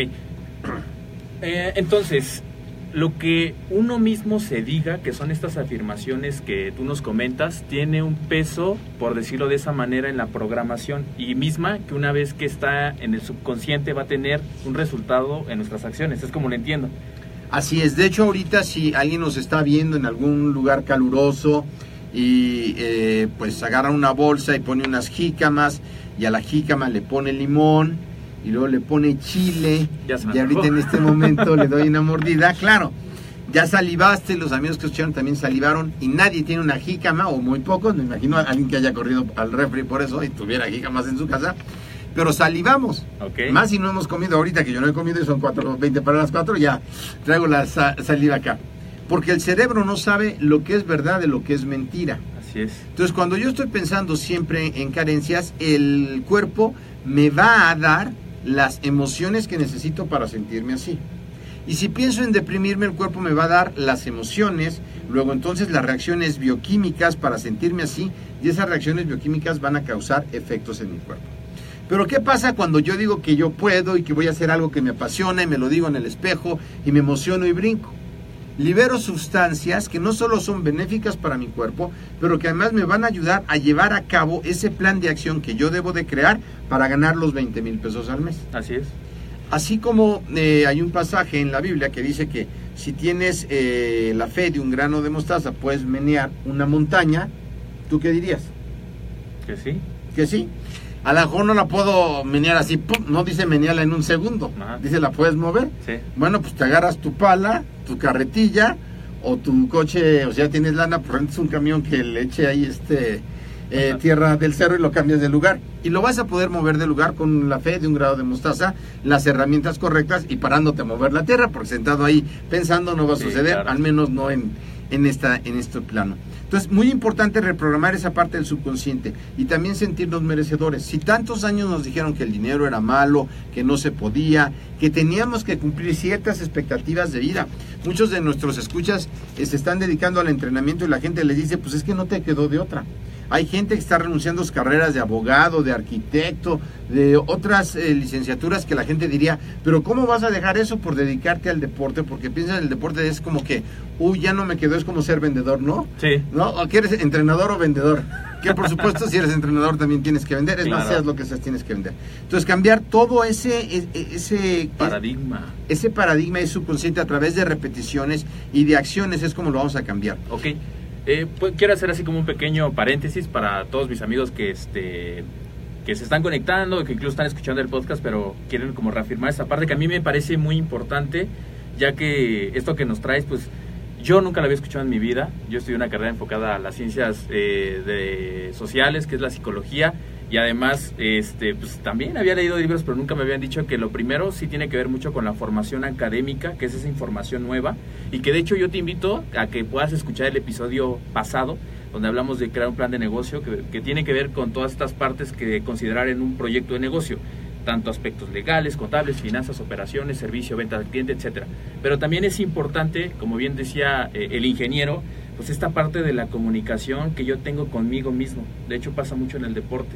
Entonces, lo que uno mismo se diga, que son estas afirmaciones que tú nos comentas, tiene un peso, por decirlo de esa manera, en la programación, y misma que una vez que está en el subconsciente va a tener un resultado en nuestras acciones, es como lo entiendo. Así es, de hecho ahorita si alguien nos está viendo en algún lugar caluroso y pues agarra una bolsa y pone unas jícamas y a la jícama le pone limón y luego le pone chile y ahorita en este momento le doy una mordida, claro, ya salivaste, los amigos que escucharon también salivaron y nadie tiene una jícama o muy pocos, me imagino a alguien que haya corrido al refri por eso y tuviera jícamas en su casa. Pero salivamos, okay. Más si no hemos comido ahorita, que yo no he comido y son 4:20 para las 4, ya traigo la saliva acá. Porque el cerebro no sabe lo que es verdad de lo que es mentira. Así es. Entonces cuando yo estoy pensando siempre en carencias, el cuerpo me va a dar las emociones que necesito para sentirme así. Y si pienso en deprimirme, el cuerpo me va a dar las emociones, luego entonces las reacciones bioquímicas para sentirme así, y esas reacciones bioquímicas van a causar efectos en mi cuerpo. Pero ¿qué pasa cuando yo digo que yo puedo y que voy a hacer algo que me apasiona y me lo digo en el espejo y me emociono y brinco? Libero sustancias que no solo son benéficas para mi cuerpo, pero que además me van a ayudar a llevar a cabo ese plan de acción que yo debo de crear para ganar los 20,000 pesos al mes. Así es. Así como hay un pasaje en la Biblia que dice que si tienes la fe de un grano de mostaza, puedes menear una montaña, ¿tú qué dirías? Que sí. Que sí. A lo mejor no la puedo menear así, ¡pum! No dice menearla en un segundo. Ajá. Dice la puedes mover. Sí. Bueno, pues te agarras tu pala, tu carretilla o tu coche, o sea, tienes lana, por ejemplo, es un camión que le eche ahí tierra del cerro y lo cambias de lugar. Y lo vas a poder mover de lugar con la fe de un grado de mostaza, las herramientas correctas y parándote a mover la tierra, porque sentado ahí pensando no va a suceder, claro. Al menos no en este plano. Entonces, muy importante reprogramar esa parte del subconsciente y también sentirnos merecedores. Si tantos años nos dijeron que el dinero era malo, que no se podía, que teníamos que cumplir ciertas expectativas de vida. Muchos de nuestros escuchas se están dedicando al entrenamiento y la gente les dice, pues es que no te quedó de otra. Hay gente que está renunciando a sus carreras de abogado, de arquitecto, de otras licenciaturas que la gente diría, pero ¿cómo vas a dejar eso por dedicarte al deporte? Porque piensan el deporte es como que, ya no me quedó, es como ser vendedor, ¿no? Sí. ¿No? ¿O que eres entrenador o vendedor? Que por supuesto si eres entrenador también tienes que vender, es claro. más, seas lo que seas, tienes que vender. Entonces cambiar todo ese paradigma. Ese paradigma es subconsciente a través de repeticiones y de acciones es como lo vamos a cambiar. Ok. Pues quiero hacer así como un pequeño paréntesis para todos mis amigos que se están conectando, que incluso están escuchando el podcast, pero quieren como reafirmar esa parte que a mí me parece muy importante, ya que esto que nos traes, pues yo nunca lo había escuchado en mi vida. Yo estudié una carrera enfocada a las ciencias sociales, que es la psicología, y además pues también había leído libros, pero nunca me habían dicho que lo primero sí tiene que ver mucho con la formación académica, que es esa información nueva, y que de hecho yo te invito a que puedas escuchar el episodio pasado, donde hablamos de crear un plan de negocio que tiene que ver con todas estas partes que considerar en un proyecto de negocio, tanto aspectos legales, contables, finanzas, operaciones, servicio, venta al cliente, etcétera. Pero también es importante, como bien decía el ingeniero, pues esta parte de la comunicación que yo tengo conmigo mismo. De hecho pasa mucho en el deporte.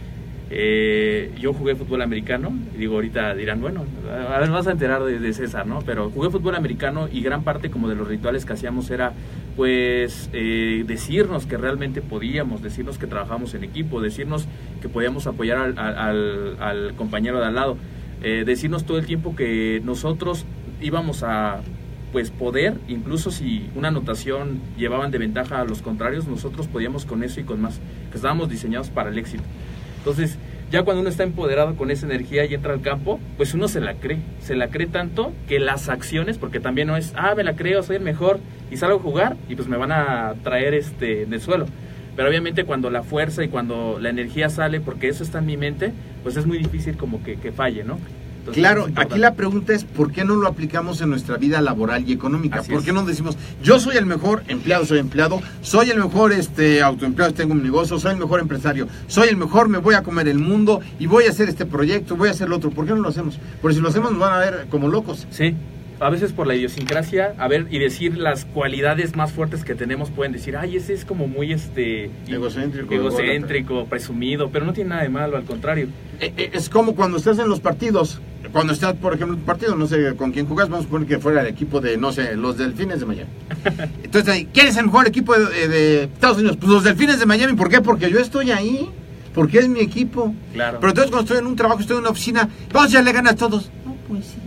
Yo jugué fútbol americano, y digo, ahorita dirán, bueno, a ver, vas a enterar de César, ¿no? Pero jugué fútbol americano y gran parte como de los rituales que hacíamos era, pues, decirnos que realmente podíamos, decirnos que trabajamos en equipo, decirnos que podíamos apoyar al compañero de al lado, decirnos todo el tiempo que nosotros íbamos a, pues, poder, incluso si una anotación llevaban de ventaja a los contrarios, nosotros podíamos con eso y con más, que estábamos diseñados para el éxito. Entonces, ya cuando uno está empoderado con esa energía y entra al campo, pues uno se la cree tanto que las acciones, porque también no es, me la creo, soy el mejor, y salgo a jugar, y pues me van a traer del suelo. Pero obviamente cuando la fuerza y cuando la energía sale, porque eso está en mi mente, pues es muy difícil como que falle, ¿no? Entonces, claro, aquí la pregunta es ¿por qué no lo aplicamos en nuestra vida laboral y económica? Así ¿Por qué es. no decimos, yo soy el mejor empleado, soy el mejor autoempleado, tengo un negocio, soy el mejor empresario, soy el mejor, me voy a comer el mundo y voy a hacer este proyecto, voy a hacer lo otro? ¿Por qué no lo hacemos? Porque si lo hacemos nos van a ver como locos. Sí, a veces por la idiosincrasia, y decir las cualidades más fuertes que tenemos, pueden decir, ese es como muy egocéntrico, presumido, pero no tiene nada de malo, al contrario. Es como cuando estás en los partidos, cuando estás, por ejemplo, en un partido, no sé con quién jugas, vamos a suponer que fuera el equipo de, no sé, los Delfines de Miami. Entonces, ¿quién es el mejor equipo de Estados Unidos? Pues los Delfines de Miami. ¿Por qué? Porque yo estoy ahí, porque es mi equipo. Claro. Pero entonces cuando estoy en un trabajo, estoy en una oficina, vamos, ya le ganas a todos. No, pues sí.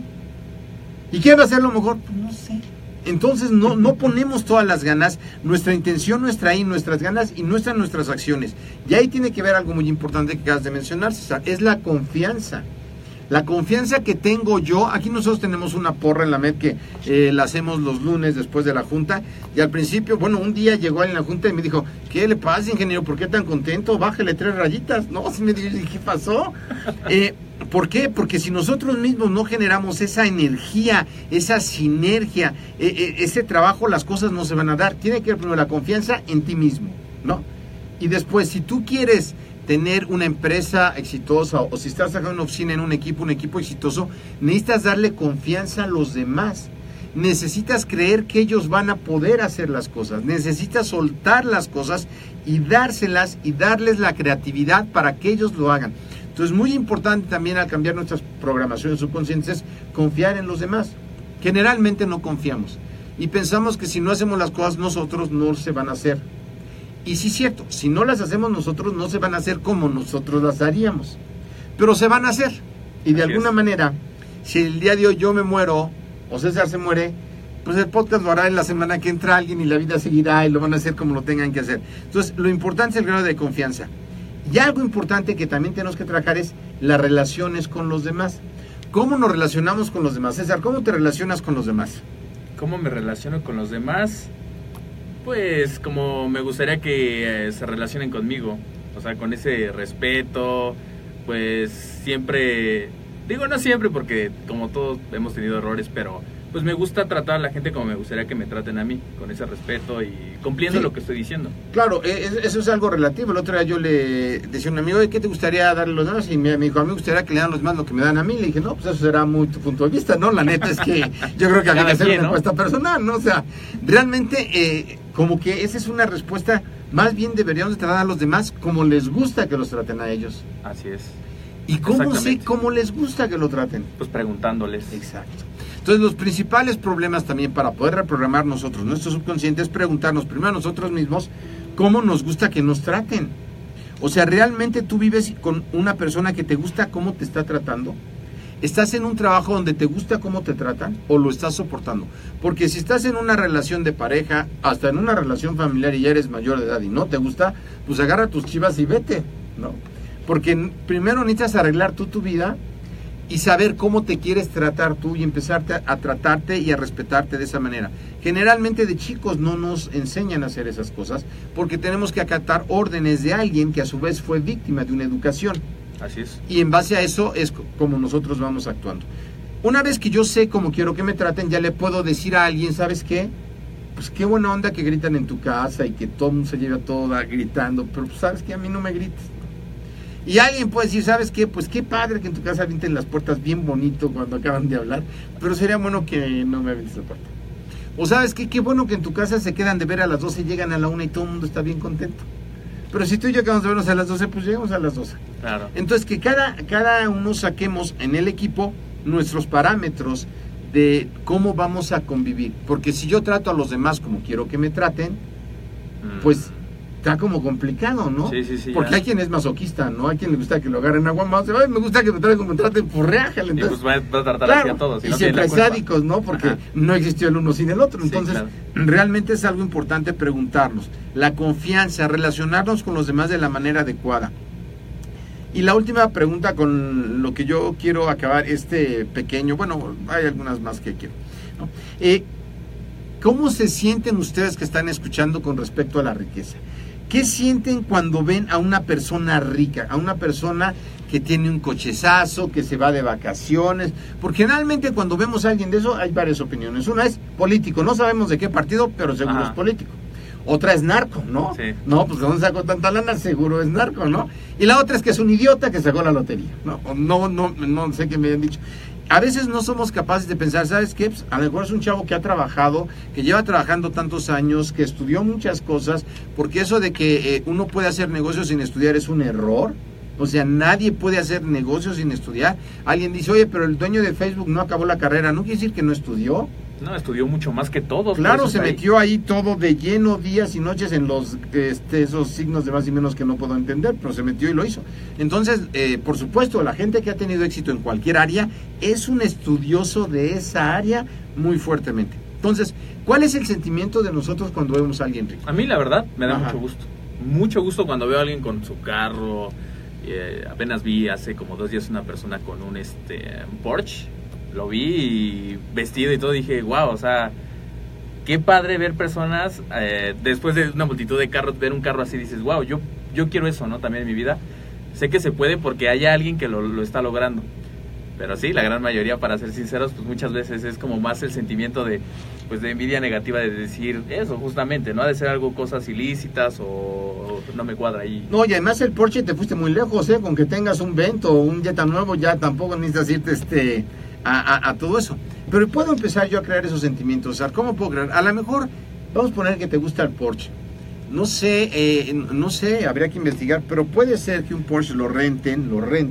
¿Y quién va a ser lo mejor? Pues no sé. Entonces no ponemos todas las ganas, nuestra intención no está ahí, nuestras ganas y no están nuestras acciones. Y ahí tiene que ver algo muy importante que acabas de mencionar, César, es la confianza. La confianza que tengo yo, aquí nosotros tenemos una porra en la MED que la hacemos los lunes después de la junta, y al principio, un día llegó en la junta y me dijo, ¿qué le pasa, ingeniero? ¿Por qué tan contento? Bájale 3 rayitas. No, me dije, ¿qué pasó? ¿Por qué? Porque si nosotros mismos no generamos esa energía, esa sinergia, ese trabajo, las cosas no se van a dar. Tiene que ver primero la confianza en ti mismo, ¿no? Y después, si tú quieres tener una empresa exitosa o si estás sacando una oficina en un equipo exitoso, necesitas darle confianza a los demás. Necesitas creer que ellos van a poder hacer las cosas. Necesitas soltar las cosas y dárselas y darles la creatividad para que ellos lo hagan. Entonces, muy importante también al cambiar nuestras programaciones subconscientes es confiar en los demás. Generalmente no confiamos y pensamos que si no hacemos las cosas nosotros no se van a hacer. Y sí es cierto, si no las hacemos nosotros no se van a hacer como nosotros las haríamos, pero se van a hacer. Y de alguna manera, si el día de hoy yo me muero o César se muere, pues el podcast lo hará en la semana que entra alguien y la vida seguirá y lo van a hacer como lo tengan que hacer. Entonces, lo importante es el grado de confianza. Y algo importante que también tenemos que trabajar es las relaciones con los demás. ¿Cómo nos relacionamos con los demás? César, ¿cómo te relacionas con los demás? ¿Cómo me relaciono con los demás? Pues como me gustaría que se relacionen conmigo. O sea, con ese respeto, pues siempre, digo no siempre porque como todos hemos tenido errores, pero pues me gusta tratar a la gente como me gustaría que me traten a mí, con ese respeto y cumpliendo lo que estoy diciendo. Claro, eso es algo relativo. El otro día yo le decía a un amigo, ¿qué te gustaría darle a los demás? Y me dijo, a mí me gustaría que le dan los demás lo que me dan a mí. Le dije, no, pues eso será muy tu punto de vista, ¿no? La neta es que yo creo que había que hacer una encuesta personal, ¿no? O sea, realmente como que esa es una respuesta, más bien deberíamos de tratar a los demás como les gusta que los traten a ellos. Así es. ¿Y cómo sé cómo les gusta que lo traten? Pues preguntándoles. Exacto. Entonces, los principales problemas también para poder reprogramar nosotros nuestro subconsciente es preguntarnos primero a nosotros mismos cómo nos gusta que nos traten. O sea, ¿realmente tú vives con una persona que te gusta cómo te está tratando? ¿Estás en un trabajo donde te gusta cómo te tratan o lo estás soportando? Porque si estás en una relación de pareja, hasta en una relación familiar y ya eres mayor de edad y no te gusta, pues agarra tus chivas y vete, ¿no? Porque primero necesitas arreglar tú tu vida y saber cómo te quieres tratar tú y empezarte a tratarte y a respetarte de esa manera. Generalmente de chicos no nos enseñan a hacer esas cosas porque tenemos que acatar órdenes de alguien que a su vez fue víctima de una educación. Así es. Y en base a eso es como nosotros vamos actuando. Una vez que yo sé cómo quiero que me traten, ya le puedo decir a alguien, ¿sabes qué? Pues qué buena onda que gritan en tu casa y que todo el mundo se lleva toda gritando, pero pues sabes que a mí no me grites. Y alguien puede decir, ¿sabes qué? Pues qué padre que en tu casa avienten las puertas bien bonito cuando acaban de hablar, pero sería bueno que no me avientes la puerta. O ¿sabes qué? Qué bueno que en tu casa se quedan de ver a las 12 y llegan a la 1 y todo el mundo está bien contento. Pero si tú y yo acabamos de vernos a las 12, pues llegamos a las 12. Claro. Entonces que cada uno saquemos en el equipo nuestros parámetros de cómo vamos a convivir. Porque si yo trato a los demás como quiero que me traten, pues está como complicado, ¿no? Sí, porque ya. Hay quien es masoquista, ¿no? Hay quien le gusta que lo agarren agua más. Ay, me gusta que me traten como me traten, pues reájale. Entonces, y pues va a tratar así a todos. Y siempre sádicos, ¿no? Porque no existió el uno sin el otro. Entonces, claro. Realmente es algo importante preguntarnos. La confianza, relacionarnos con los demás de la manera adecuada. Y la última pregunta con lo que yo quiero acabar pequeño, bueno, hay algunas más que quiero, ¿no? ¿Cómo se sienten ustedes que están escuchando con respecto a la riqueza? ¿Qué sienten cuando ven a una persona rica, a una persona que tiene un cochezazo, que se va de vacaciones? Porque generalmente cuando vemos a alguien de eso hay varias opiniones. Una es político, no sabemos de qué partido, pero seguro es político. Otra es narco, ¿no? Sí. No, pues ¿de dónde sacó tanta lana? Seguro es narco, ¿no? Y la otra es que es un idiota que sacó la lotería, ¿no? No sé qué me habían dicho. A veces no somos capaces de pensar, ¿sabes qué? Pues a lo mejor es un chavo que ha trabajado, que lleva trabajando tantos años, que estudió muchas cosas, porque eso de que uno puede hacer negocios sin estudiar es un error. O sea, nadie puede hacer negocios sin estudiar. Alguien dice, oye, pero el dueño de Facebook no acabó la carrera. ¿No quiere decir que no estudió? No, estudió mucho más que todos. Claro, se metió ahí todo de lleno, días y noches en los esos signos de más y menos que no puedo entender, pero se metió y lo hizo. Entonces, por supuesto, la gente que ha tenido éxito en cualquier área es un estudioso de esa área muy fuertemente. Entonces, ¿cuál es el sentimiento de nosotros cuando vemos a alguien rico? A mí, la verdad, me da Ajá. mucho gusto. Mucho gusto cuando veo a alguien con su carro. Apenas vi hace como 2 días una persona con un Porsche. Lo vi vestido y todo, dije, wow, o sea, qué padre ver personas, después de una multitud de carros, ver un carro así, dices, wow, yo quiero eso, ¿no? También en mi vida. Sé que se puede porque hay alguien que lo está logrando. Pero sí, la gran mayoría, para ser sinceros, pues muchas veces es como más el sentimiento de envidia negativa de decir eso, justamente, ¿no? Ha de ser algo, cosas ilícitas o no me cuadra ahí. No, y además el Porsche te fuiste muy lejos, con que tengas un Vento o un Jetta nuevo, ya tampoco necesitas irte a todo eso. Pero puedo empezar yo a crear esos sentimientos. O sea, ¿cómo puedo crear? A lo mejor, vamos a poner que te gusta el Porsche. No sé, habría que investigar, pero puede ser que un Porsche lo renten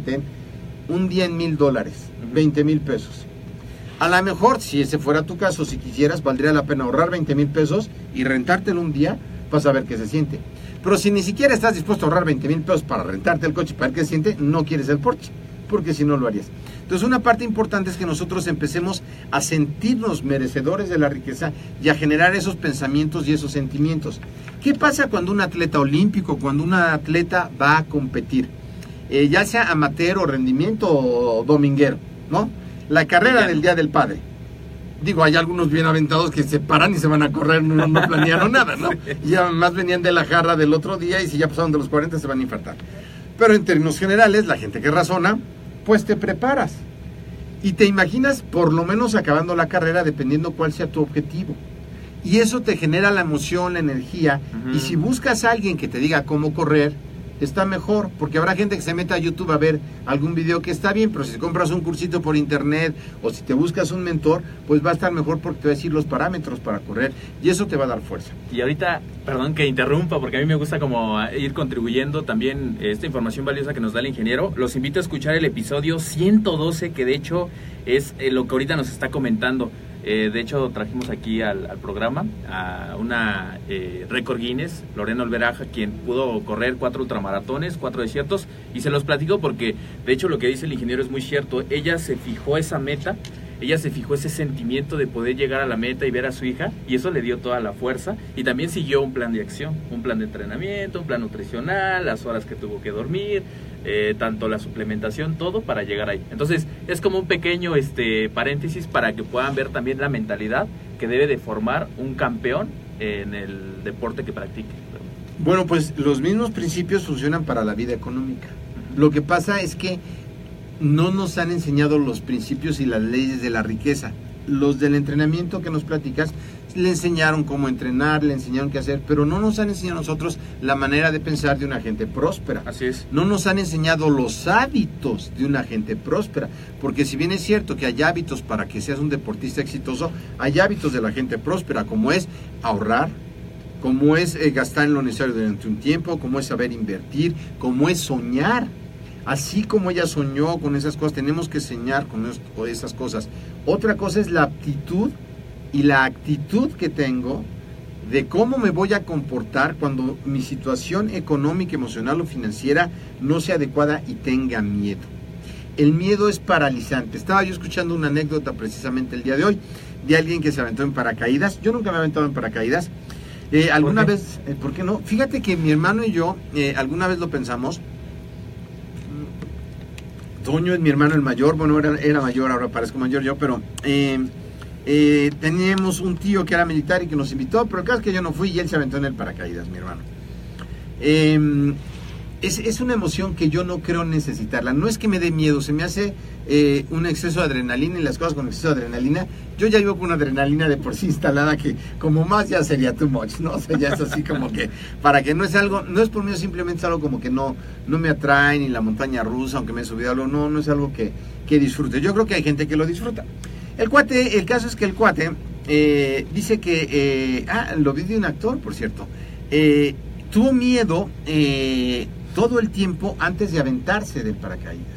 un día en $1,000, 20,000 pesos. A lo mejor, si ese fuera tu caso, si quisieras, valdría la pena ahorrar 20,000 pesos y rentártelo un día para saber qué se siente. Pero si ni siquiera estás dispuesto a ahorrar 20,000 pesos para rentarte el coche para ver qué se siente, no quieres el Porsche, porque si no lo harías. Entonces, una parte importante es que nosotros empecemos a sentirnos merecedores de la riqueza y a generar esos pensamientos y esos sentimientos. ¿Qué pasa cuando un atleta olímpico, cuando un atleta va a competir? Ya sea amateur o rendimiento o dominguero, ¿no? La carrera del Día del Padre. Digo, hay algunos bien aventados que se paran y se van a correr, no planearon nada, ¿no? Y además venían de la jarra del otro día y si ya pasaron de los 40 se van a infartar. Pero en términos generales, la gente que razona, pues te preparas. Y te imaginas por lo menos acabando la carrera dependiendo cuál sea tu objetivo. Y eso te genera la emoción, la energía. Y si buscas a alguien que te diga cómo correr, está mejor, porque habrá gente que se meta a YouTube a ver algún video que está bien, pero si compras un cursito por internet o si te buscas un mentor, pues va a estar mejor porque te va a decir los parámetros para correr y eso te va a dar fuerza. Y ahorita, perdón que interrumpa, porque a mí me gusta como ir contribuyendo también esta información valiosa que nos da el ingeniero. Los invito a escuchar el episodio 112, que de hecho es lo que ahorita nos está comentando. De hecho, trajimos aquí al programa a una récord Guinness, Lorena Olveraja, quien pudo correr 4 ultramaratones, 4 desiertos, y se los platico porque, de hecho, lo que dice el ingeniero es muy cierto. Ella se fijó esa meta, ella se fijó ese sentimiento de poder llegar a la meta y ver a su hija, y eso le dio toda la fuerza, y también siguió un plan de acción, un plan de entrenamiento, un plan nutricional, las horas que tuvo que dormir, tanto la suplementación, todo para llegar ahí. Entonces es como un pequeño paréntesis para que puedan ver también la mentalidad que debe de formar un campeón en el deporte que practique. Bueno, pues los mismos principios funcionan para la vida económica. Lo que pasa es que no nos han enseñado los principios y las leyes de la riqueza. Los del entrenamiento que nos platicas le enseñaron cómo entrenar, le enseñaron qué hacer, pero no nos han enseñado a nosotros la manera de pensar de una gente próspera. Así es. No nos han enseñado los hábitos de una gente próspera, porque si bien es cierto que hay hábitos para que seas un deportista exitoso, hay hábitos de la gente próspera, como es ahorrar, como es gastar en lo necesario durante un tiempo, como es saber invertir, como es soñar. Así como ella soñó con esas cosas, tenemos que soñar con esas cosas. Otra cosa es la aptitud y la actitud que tengo de cómo me voy a comportar cuando mi situación económica, emocional o financiera no sea adecuada y tenga miedo. El miedo es paralizante. Estaba yo escuchando una anécdota precisamente el día de hoy de alguien que se aventó en paracaídas. Yo nunca me he aventado en paracaídas. ¿Alguna vez? ¿Por qué no? Fíjate que mi hermano y yo alguna vez lo pensamos. Toño es mi hermano el mayor, bueno, era mayor, ahora parezco mayor yo, pero teníamos un tío que era militar y que nos invitó, pero el caso es que yo no fui y él se aventó en el paracaídas, mi hermano. Es una emoción que yo no creo necesitarla, no es que me dé miedo, se me hace un exceso de adrenalina y las cosas con exceso de adrenalina, yo ya vivo con una adrenalina de por sí instalada que como más ya sería too much, ¿no? O sea, ya es así como que, para que no es algo, no es por mí, simplemente es algo como que no me atrae, ni la montaña rusa, aunque me he subido algo, no es algo que disfrute. Yo creo que hay gente que lo disfruta. El caso es que el cuate dice que, lo vi de un actor, por cierto, tuvo miedo todo el tiempo antes de aventarse del paracaídas.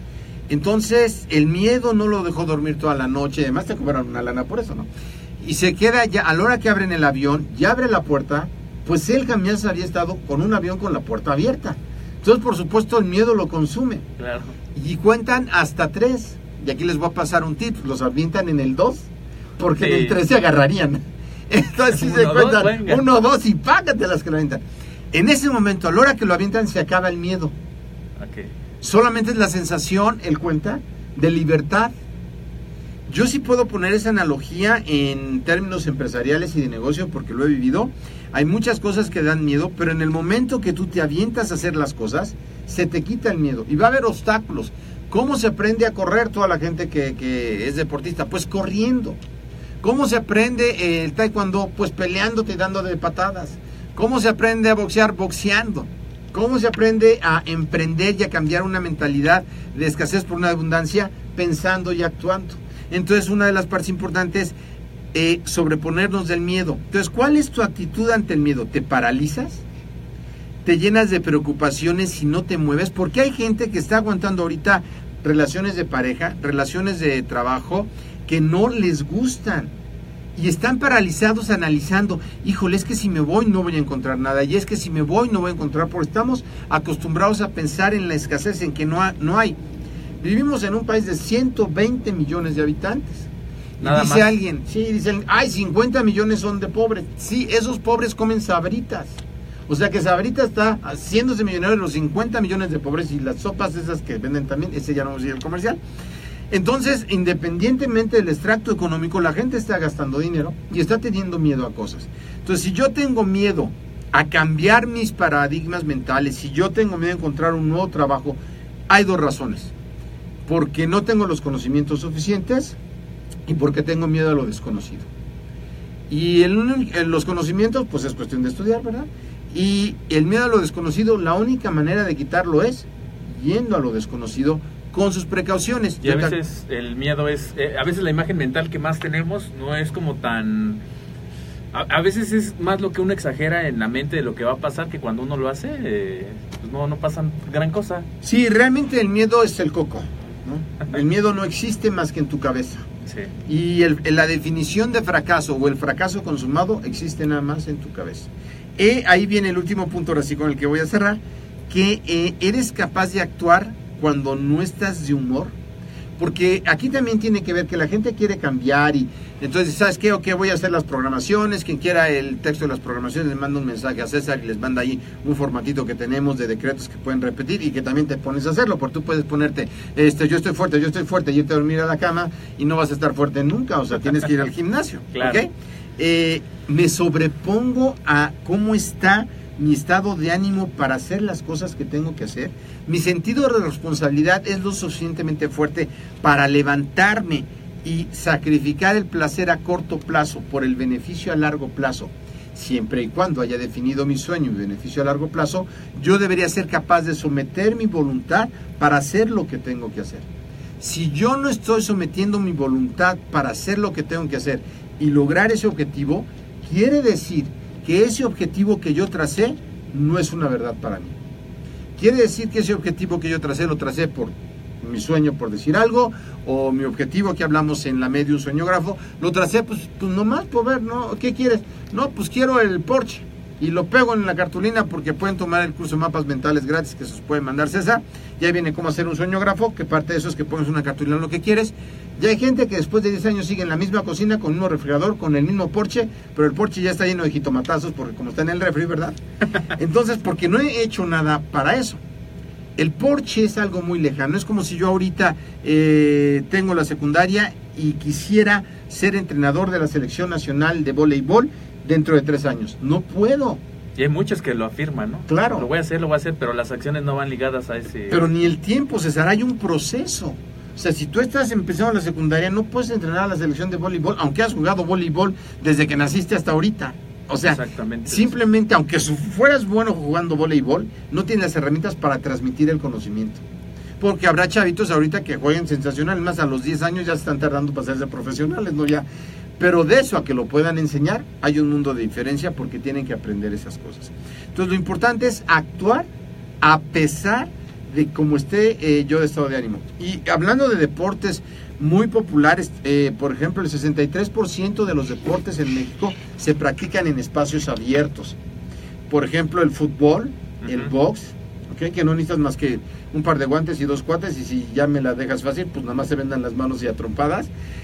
Entonces el miedo no lo dejó dormir toda la noche, además te cobraron una lana por eso, ¿no? Y se queda ya, a la hora que abren el avión, ya abre la puerta, pues él jamás había estado con un avión con la puerta abierta. Entonces por supuesto el miedo lo consume. Claro. Y cuentan hasta 3, y aquí les voy a pasar un tip, los avientan en el 2, porque en el 3 se agarrarían. Entonces si se cuentan 1, 2 y págate las que lo avientan. En ese momento, a la hora que lo avientan, se acaba el miedo. Okay. Solamente es la sensación, él cuenta, de libertad. Yo sí puedo poner esa analogía en términos empresariales y de negocio porque lo he vivido. Hay muchas cosas que dan miedo, pero en el momento que tú te avientas a hacer las cosas, se te quita el miedo. Y va a haber obstáculos. ¿Cómo se aprende a correr toda la gente que es deportista? Pues corriendo. ¿Cómo se aprende el taekwondo? Pues peleándote y dando de patadas. ¿Cómo se aprende a boxear? Boxeando. ¿Cómo se aprende a emprender y a cambiar una mentalidad de escasez por una abundancia? Pensando y actuando. Entonces, una de las partes importantes es sobreponernos del miedo. Entonces, ¿cuál es tu actitud ante el miedo? ¿Te paralizas? ¿Te llenas de preocupaciones si no te mueves? Porque hay gente que está aguantando ahorita relaciones de pareja, relaciones de trabajo, que no les gustan. Y están paralizados analizando, híjole, es que si me voy no voy a encontrar nada, y es que si me voy no voy a encontrar, porque estamos acostumbrados a pensar en la escasez, en que no hay. Vivimos en un país de 120 millones de habientantes. Nada dice más. alguien, 50 millones son de pobres. Sí, esos pobres comen Sabritas. O sea que Sabritas está haciéndose millonario de los 50 millones de pobres y las sopas esas que venden también, ese ya no vamos a ir al comercial. Entonces, independientemente del extracto económico, la gente está gastando dinero y está teniendo miedo a cosas. Entonces, si yo tengo miedo a cambiar mis paradigmas mentales, si yo tengo miedo a encontrar un nuevo trabajo, hay dos razones. Porque no tengo los conocimientos suficientes y porque tengo miedo a lo desconocido. Y los conocimientos, pues es cuestión de estudiar, ¿verdad? Y el miedo a lo desconocido, la única manera de quitarlo es yendo a lo desconocido con sus precauciones. Y a veces el miedo es, a veces la imagen mental que más tenemos no es como tan... A veces es más lo que uno exagera en la mente de lo que va a pasar, que cuando uno lo hace, pues no pasa gran cosa. Sí, realmente el miedo es el coco, ¿no? El miedo no existe más que en tu cabeza. Sí. Y la definición de fracaso o el fracaso consumado existe nada más en tu cabeza. Ahí viene el último punto, ahora sí, con el que voy a cerrar, que eres capaz de actuar cuando no estás de humor, porque aquí también tiene que ver que la gente quiere cambiar y entonces, ¿sabes qué? Ok, voy a hacer las programaciones, quien quiera el texto de las programaciones le manda un mensaje a César y les manda ahí un formatito que tenemos de decretos que pueden repetir y que también te pones a hacerlo, porque tú puedes ponerte, yo estoy fuerte, y irte a dormir a la cama y no vas a estar fuerte nunca, o sea, tienes que ir al gimnasio, claro. ¿ok? Me sobrepongo a cómo está mi estado de ánimo para hacer las cosas que tengo que hacer. Mi sentido de responsabilidad es lo suficientemente fuerte para levantarme y sacrificar el placer a corto plazo por el beneficio a largo plazo. Siempre y cuando haya definido mi sueño y beneficio a largo plazo, yo debería ser capaz de someter mi voluntad para hacer lo que tengo que hacer. Si yo no estoy sometiendo mi voluntad para hacer lo que tengo que hacer y lograr ese objetivo, quiere decir que ese objetivo que yo tracé no es una verdad para mí. Quiere decir que ese objetivo que yo tracé, lo tracé por mi sueño, por decir algo, o mi objetivo que hablamos en la Medium Sueñógrafo, lo tracé pues nomás por ver, ¿no? ¿Qué quieres? No, pues quiero el Porsche. Y lo pego en la cartulina porque pueden tomar el curso de mapas mentales gratis que se os puede mandar César. Ya viene cómo hacer un sueñógrafo, que parte de eso es que pones una cartulina en lo que quieres. Ya hay gente que después de 10 años sigue en la misma cocina, con el mismo refrigerador, con el mismo Porsche, pero el Porsche ya está lleno de jitomatazos porque como está en el refri, ¿verdad? Entonces, porque no he hecho nada para eso. El Porsche es algo muy lejano. Es como si yo ahorita tengo la secundaria y quisiera ser entrenador de la selección nacional de voleibol dentro de 3 años. No puedo. Y hay muchos que lo afirman, ¿no? Claro. Lo voy a hacer, pero las acciones no van ligadas a ese... Pero ni el tiempo, César, hay un proceso. O sea, si tú estás empezando la secundaria, no puedes entrenar a la selección de voleibol, aunque has jugado voleibol desde que naciste hasta ahorita. O sea, simplemente, aunque fueras bueno jugando voleibol, no tienes las herramientas para transmitir el conocimiento. Porque habrá chavitos ahorita que jueguen sensacional, más a los 10 años ya se están tardando para hacerse profesionales, ¿no? Ya. Pero de eso a que lo puedan enseñar, hay un mundo de diferencia porque tienen que aprender esas cosas. Entonces, lo importante es actuar a pesar de cómo esté yo de estado de ánimo. Y hablando de deportes muy populares, por ejemplo, el 63% de los deportes en México se practican en espacios abiertos. Por ejemplo, el fútbol, el box, ¿okay? Que no necesitas más que un par de guantes y 2 cuates, y si ya me la dejas fácil, pues nada más se vendan las manos y a trompadas.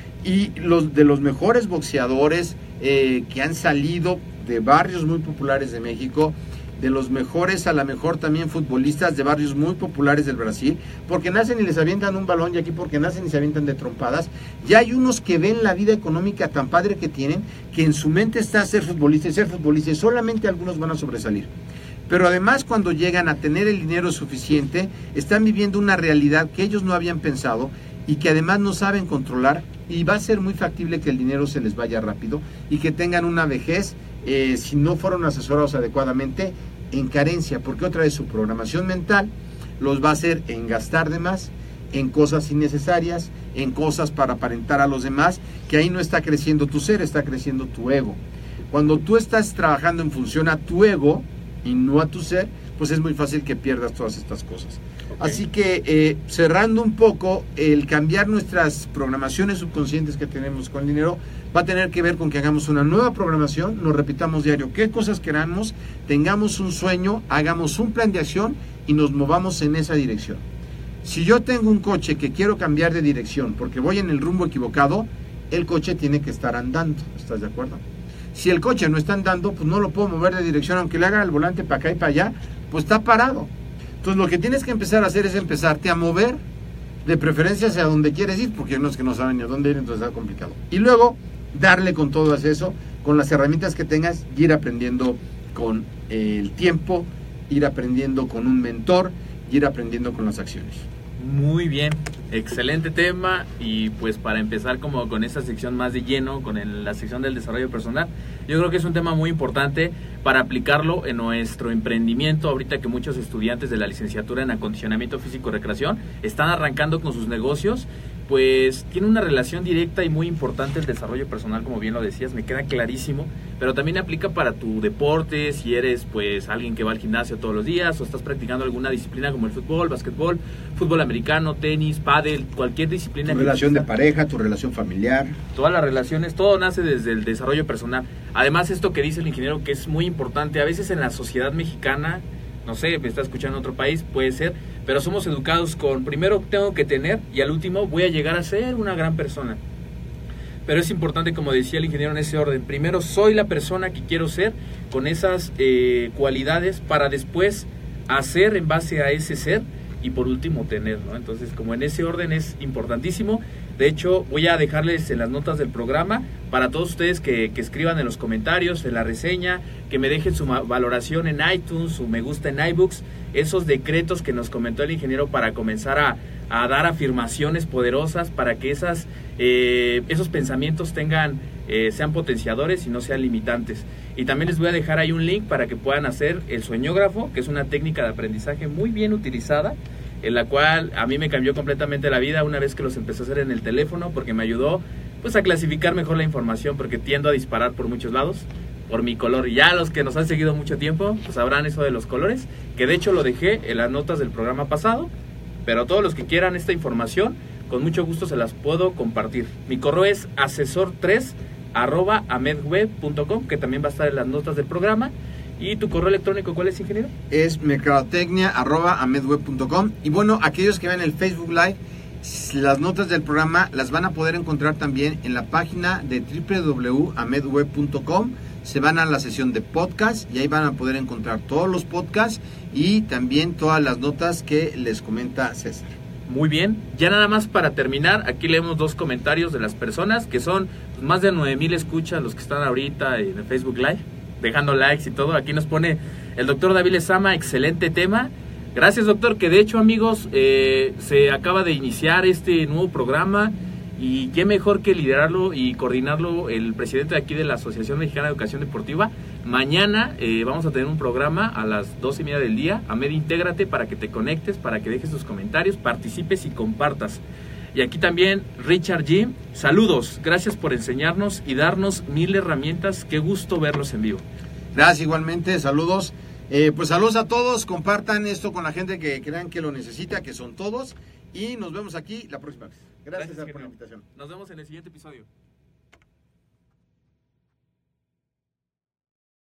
Y los mejores boxeadores que han salido de barrios muy populares de México, de los mejores, a lo mejor también futbolistas de barrios muy populares del Brasil, porque nacen y les avientan un balón, y aquí porque nacen y se avientan de trompadas. Ya hay unos que ven la vida económica tan padre que tienen, que en su mente está ser futbolista, y solamente algunos van a sobresalir. Pero además, cuando llegan a tener el dinero suficiente, están viviendo una realidad que ellos no habían pensado y que además no saben controlar, y va a ser muy factible que el dinero se les vaya rápido y que tengan una vejez, si no fueron asesorados adecuadamente, en carencia, porque otra vez su programación mental los va a hacer en gastar de más, en cosas innecesarias, en cosas para aparentar a los demás, que ahí no está creciendo tu ser, está creciendo tu ego. Cuando tú estás trabajando en función a tu ego y no a tu ser, pues es muy fácil que pierdas todas estas cosas. Okay. Así que cerrando un poco, el cambiar nuestras programaciones subconscientes que tenemos con el dinero va a tener que ver con que hagamos una nueva programación, nos repitamos diario qué cosas queramos, tengamos un sueño, hagamos un plan de acción y nos movamos en esa dirección. Si yo tengo un coche que quiero cambiar de dirección porque voy en el rumbo equivocado, el coche tiene que estar andando, ¿estás de acuerdo? Si el coche no está andando, pues no lo puedo mover de dirección, aunque le haga el volante para acá y para allá, pues está parado. Entonces lo que tienes que empezar a hacer es empezarte a mover de preferencia hacia donde quieres ir, porque hay unos que no saben ni a dónde ir, entonces está complicado. Y luego, darle con todo eso, con las herramientas que tengas, ir aprendiendo con el tiempo, ir aprendiendo con un mentor, ir aprendiendo con las acciones. Muy bien, excelente tema. Y pues para empezar como con esta sección más de lleno, con la sección del desarrollo personal, yo creo que es un tema muy importante para aplicarlo en nuestro emprendimiento. Ahorita que muchos estudiantes de la licenciatura en acondicionamiento físico y recreación están arrancando con sus negocios, pues tiene una relación directa y muy importante el desarrollo personal, como bien lo decías, me queda clarísimo, pero también aplica para tu deporte, si eres pues alguien que va al gimnasio todos los días o estás practicando alguna disciplina como el fútbol, básquetbol, fútbol americano, tenis, pádel, cualquier disciplina. Tu relación de pareja, tu relación familiar. Todas las relaciones, todo nace desde el desarrollo personal. Además, esto que dice el ingeniero, que es muy importante, a veces en la sociedad mexicana, no sé, me está escuchando en otro país, puede ser, pero somos educados con primero tengo que tener y al último voy a llegar a ser una gran persona. Pero es importante, como decía el ingeniero, en ese orden. Primero soy la persona que quiero ser con esas cualidades para después hacer en base a ese ser y por último tener, ¿no? Entonces, como en ese orden es importantísimo. De hecho, voy a dejarles en las notas del programa para todos ustedes que escriban en los comentarios, en la reseña, que me dejen su valoración en iTunes, su me gusta en iBooks, esos decretos que nos comentó el ingeniero para comenzar a dar afirmaciones poderosas para que esos pensamientos sean potenciadores y no sean limitantes. Y también les voy a dejar ahí un link para que puedan hacer el sueñógrafo, que es una técnica de aprendizaje muy bien utilizada, en la cual a mí me cambió completamente la vida una vez que los empecé a hacer en el teléfono, porque me ayudó pues a clasificar mejor la información, porque tiendo a disparar por muchos lados por mi color. Y ya los que nos han seguido mucho tiempo pues sabrán eso de los colores, que de hecho lo dejé en las notas del programa pasado, pero todos los que quieran esta información con mucho gusto se las puedo compartir. Mi correo es asesor3@amedweb.com, que también va a estar en las notas del programa. ¿Y tu correo electrónico cuál es, ingeniero? Es mercadotecnia@amedweb.com. Y bueno, aquellos que ven el Facebook Live, las notas del programa las van a poder encontrar también en la página de www.amedweb.com. Se van a la sesión de podcast y ahí van a poder encontrar todos los podcasts y también todas las notas que les comenta César. Muy bien, ya nada más para terminar, aquí leemos 2 comentarios de las personas que son pues, más de 9,000 escuchas los que están ahorita en el Facebook Live, dejando likes y todo. Aquí nos pone el doctor David Lezama, excelente tema. Gracias, doctor, que de hecho, amigos, se acaba de iniciar este nuevo programa y qué mejor que liderarlo y coordinarlo el presidente de aquí de la Asociación Mexicana de Educación Deportiva. Mañana vamos a tener un programa a las 12:30 del día. Amed, intégrate para que te conectes, para que dejes tus comentarios, participes y compartas. Y aquí también Richard G. Saludos, gracias por enseñarnos y darnos 1000 herramientas. Qué gusto verlos en vivo. Gracias igualmente, saludos. Pues saludos a todos, compartan esto con la gente que crean que lo necesita, que son todos. Y nos vemos aquí la próxima vez. Gracias por la invitación. Nos vemos en el siguiente episodio.